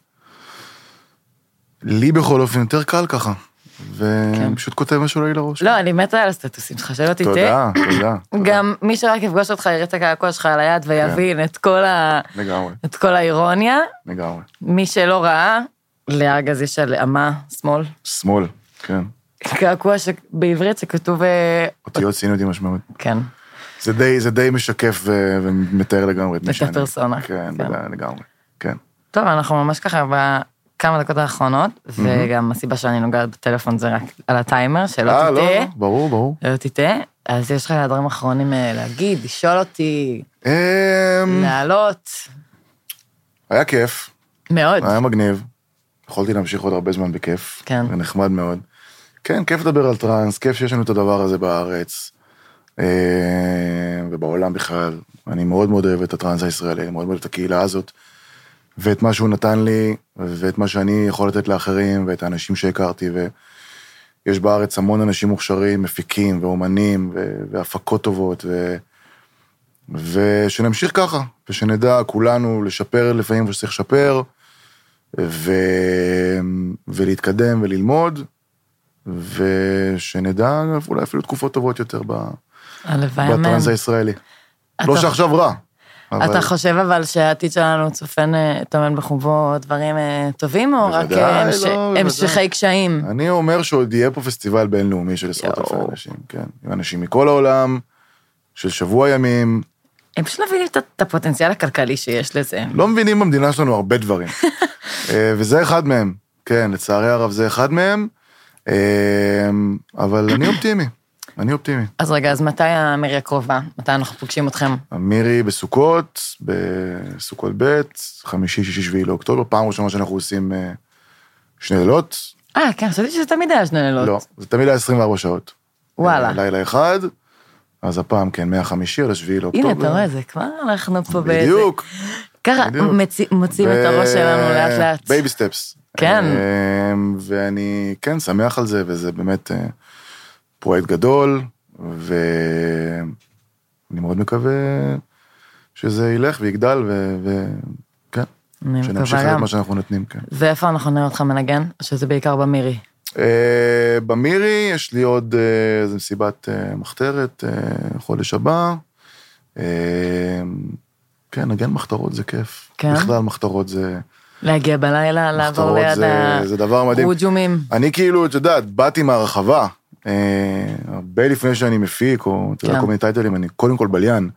לי בכל אופן יותר קל ככה. ואני פשוט כותב משהו לי לראש. לא, אני מתה על הסטטוסים שלך, שלא תטעה. תודה, תודה. גם מי שרק יפגוש אותך, יראה את הקעקוע שלך על היד ויבין את כל ה... לגמרי. את כל האירוניה. לגמרי. מי שלא ראה, לארגז יש על אמה, שמאל. שמאל, כן. קעקוע בעברית שכתוב... אותיות סיניות עם משמעות. כן. זה די, זה די משקף ומתאר לגמרי את מי שאני. את הפרסונה. כן, לגמרי, כן. טוב, אנחנו ממש ככה בכמה דקות האחרונות, וגם הסיבה שאני נוגעת בטלפון זה רק על הטיימר, שלא תטעה. לא, ברור, ברור. לא תטעה. אז יש לך דברים אחרונים להגיד, לשאול אותי, לעלות. היה כיף. מאוד. היה מגניב. יכולתי להמשיך עוד הרבה זמן בכיף. כן. ונחמד מאוד. כן, כיף לדבר על טרנס, כיף שיש לנו את הדבר הזה בארץ, ובעולם בכלל. אני מאוד מאוד אוהב את הטרנס הישראלי, אני מאוד מאוד אוהב את הקהילה הזאת, ואת מה שהוא נתן לי, ואת מה שאני יכול לתת לאחרים, ואת האנשים שהכרתי, ויש בארץ המון אנשים מוכשרים, מפיקים ואומנים, והפקות טובות, ו... ושנמשיך ככה, ושנדע כולנו לשפר לפעמים ושצריך לשפר, ו... ולהתקדם וללמוד, ושנדע אולי אפילו תקופות טובות יותר בטרנס הישראלי. לא שעכשיו רע. אתה חושב אבל שהעתיד שלנו צופן, טומן בחובו דברים טובים, או רק המשכי קשיים? אני אומר שעוד יהיה פה פסטיבל בינלאומי של עשרות אלפי אנשים, כן. עם אנשים מכל העולם, של שבוע ימים. הם פשוט לא מבינים את הפוטנציאל הכלכלי שיש לזה. לא מבינים במדינה שלנו הרבה דברים. וזה אחד מהם. כן, לצערי הרב זה אחד מהם. אבל אני אופטימי, אני אופטימי. אז רגע, אז מתי המירי הקרובה? מתי אנחנו פוגשים אתכם? המירי בסוכות, בסוכות ב', חמישי, שישי, שביעי לאוקטובר, פעם ראשונה שאנחנו עושים שני לילות. אה, כן, חשבתי שזה תמיד היה שני לילות. לא, זה תמיד היה עשרים וארבע שעות. וואלה. לילה אחד, אז הפעם כן, מהחמישי על השביעי לאוקטובר. הנה, אתה רואה, זה כבר אנחנו פה באיזה... בדיוק. ככה מוצאים את הראש שלנו לאט לאט. בייבי סטפס. כן. ואני כן שמח על זה, וזה באמת פרויקט גדול, ואני מאוד מקווה שזה ילך ויגדל, וכן, שנמשיך את מה שאנחנו נותנים, כן. ואיפה אנחנו נראה אותך מנגן? שזה בעיקר במירי. במירי יש לי עוד איזו מסיבת מחתרת, חודש הבא. כן, נגן מחתרות זה כיף. כן? בכלל מחתרות זה... להגיע בלילה, לעבור ליד הרוג'ומים. אני כאילו, את יודעת, באתי מהרחבה, הרבה לפני שאני מפיק, או אתה יודע, כל מיני טייטלים, אני קודם כל בליין,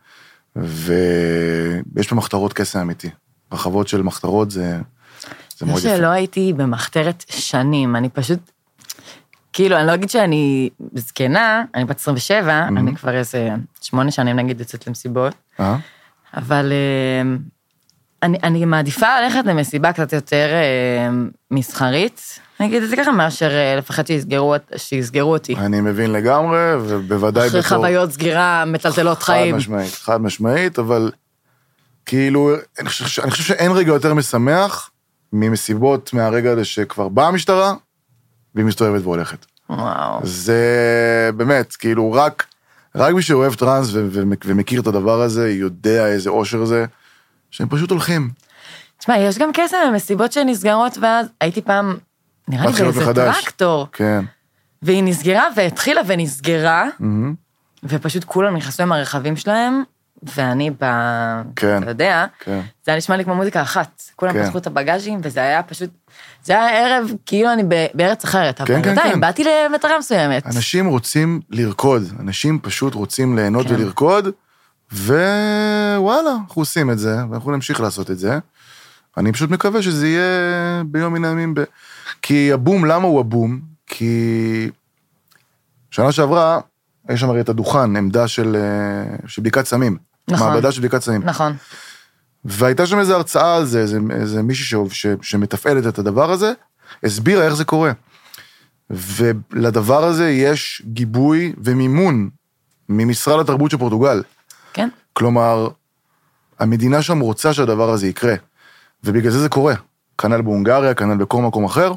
ויש במחתרות קסם אמיתי. רחבות של מחתרות זה מאוד יפה. זה שלא הייתי במחתרת שנים, אני פשוט, כאילו, אני לא אגיד שאני זקנה, אני בת עשרים ושבע, אני כבר איזה שמונה שנים נגיד יוצאת למסיבות, אבל... אני, אני מעדיפה ללכת למסיבה קצת יותר אה, מסחרית, נגיד את זה ככה, מאשר אה, לפחד שיסגרו, שיסגרו אותי. אני מבין לגמרי, ובוודאי אחרי בתור... חוויות סגירה, מטלטלות חיים. חד משמעית, חד משמעית, אבל כאילו, אני חושב, אני חושב שאין רגע יותר משמח, ממסיבות מהרגע הזה שכבר באה המשטרה, והיא מסתובבת והולכת. וואו. זה באמת, כאילו, רק, רק מי שאוהב טרנס ו- ו- ומכיר את הדבר הזה, יודע איזה אושר זה, שהם פשוט הולכים. תשמע, יש גם קסם במסיבות שנסגרות, ואז הייתי פעם, נראה לי באיזה טרקטור. כן. והיא נסגרה, והתחילה ונסגרה, ופשוט כולם נכנסו עם הרכבים שלהם, ואני ב... כן. אתה יודע, כן. זה היה נשמע לי כמו מוזיקה אחת. כולם פתחו את הבגאז'ים, וזה היה פשוט, זה היה ערב, כאילו אני בארץ אחרת. כן, כן, כן. באתי למטרה מסוימת. אנשים רוצים לרקוד, אנשים פשוט רוצים ליהנות ולרקוד, ווואלה, אנחנו עושים את זה, ואנחנו נמשיך לעשות את זה. אני פשוט מקווה שזה יהיה ביום מן הימים, ב... כי הבום, למה הוא הבום? כי שנה שעברה, יש שם הרי את הדוכן, עמדה של, של בדיקת סמים. נכון. מעבדה של בדיקת סמים. נכון. והייתה שם איזו הרצאה על זה, איזה, איזה מישהי ש, שמתפעלת את הדבר הזה, הסבירה איך זה קורה. ולדבר הזה יש גיבוי ומימון ממשרד התרבות של פורטוגל. כן. כלומר, המדינה שם רוצה שהדבר הזה יקרה, ובגלל זה זה קורה. כנ"ל בהונגריה, כנ"ל בכל מקום אחר,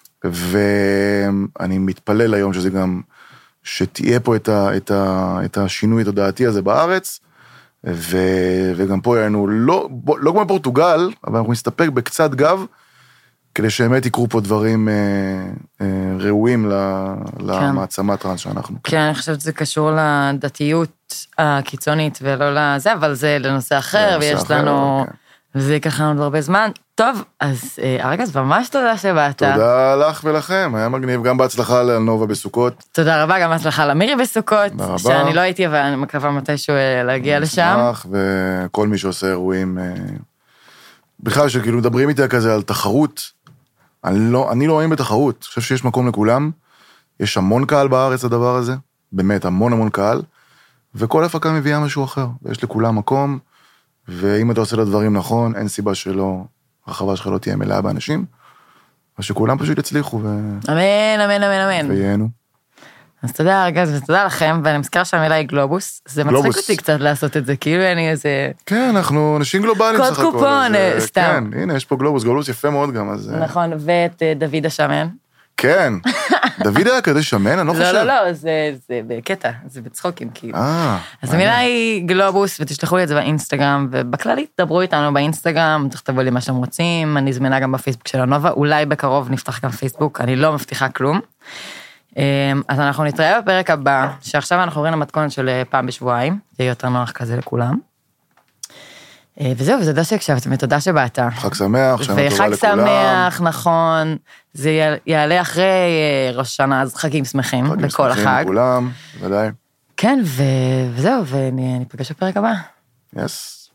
ואני מתפלל היום שזה גם, שתהיה פה את, ה, את, ה, את השינוי התודעתי הזה בארץ, ו, וגם פה היינו, לא, לא כמו פורטוגל, אבל אנחנו נסתפק בקצת גב, כדי שבאמת יקרו פה דברים אה, אה, ראויים למעצמה טרנס שאנחנו. כן, אני חושבת שזה קשור לדתיות הקיצונית ולא לזה, אבל זה לנושא אחר, ויש לנו, וזה ייקח לנו הרבה זמן. טוב, אז ארגז, ממש תודה שבאת. תודה לך ולכם, היה מגניב, גם בהצלחה לנובה בסוכות. תודה רבה, גם בהצלחה למירי בסוכות, שאני לא הייתי, אבל אני מקווה מתישהו להגיע לשם. וכל מי שעושה אירועים, בכלל שכאילו מדברים איתי כזה על תחרות, אני לא, אני לא רואים בתחרות, אני חושב שיש מקום לכולם, יש המון קהל בארץ הדבר הזה, באמת המון המון קהל, וכל הפקה מביאה משהו אחר, ויש לכולם מקום, ואם אתה עושה לדברים נכון, אין סיבה שלא, הרחבה שלך לא תהיה מלאה באנשים, אז שכולם פשוט יצליחו ו... אמן, אמן, אמן, אמן. וייהנו. אז תודה ארגז ותודה לכם, ואני מזכיר שהמילה היא גלובוס, זה מצחיק אותי קצת לעשות את זה, כאילו אני איזה... כן, אנחנו אנשים גלובליים סך הכל. קוד קופון, סתם. כן, הנה, יש פה גלובוס, גלובוס יפה מאוד גם, אז... נכון, ואת דוד השמן. כן, דוד היה כזה שמן, אני לא חושב. לא, לא, לא, זה בקטע, זה בצחוקים, כאילו. אה. אז המילה היא גלובוס, ותשלחו לי את זה באינסטגרם, ובכללית דברו איתנו באינסטגרם, תכתבו לי מה שאתם רוצים, אני זמינה גם בפייסבוק של הנובה, אולי בקרוב נפתח גם פייסבוק, אני לא מבטיחה כלום. אז אנחנו נתראה בפרק הבא, שעכשיו אנחנו עוברים למתכונת של פעם בשבועיים, זה יהיה יותר נוח כזה לכולם. וזהו, ותודה שהקשבתם, ותודה שבאת. חג שמח, שנה טובה לכולם. וחג שמח, נכון, זה יעלה אחרי ראש השנה, אז חגים שמחים, בכל החג. חגים שמחים לכולם, ודאי. כן, וזהו, וניפגש בפרק הבא. יס.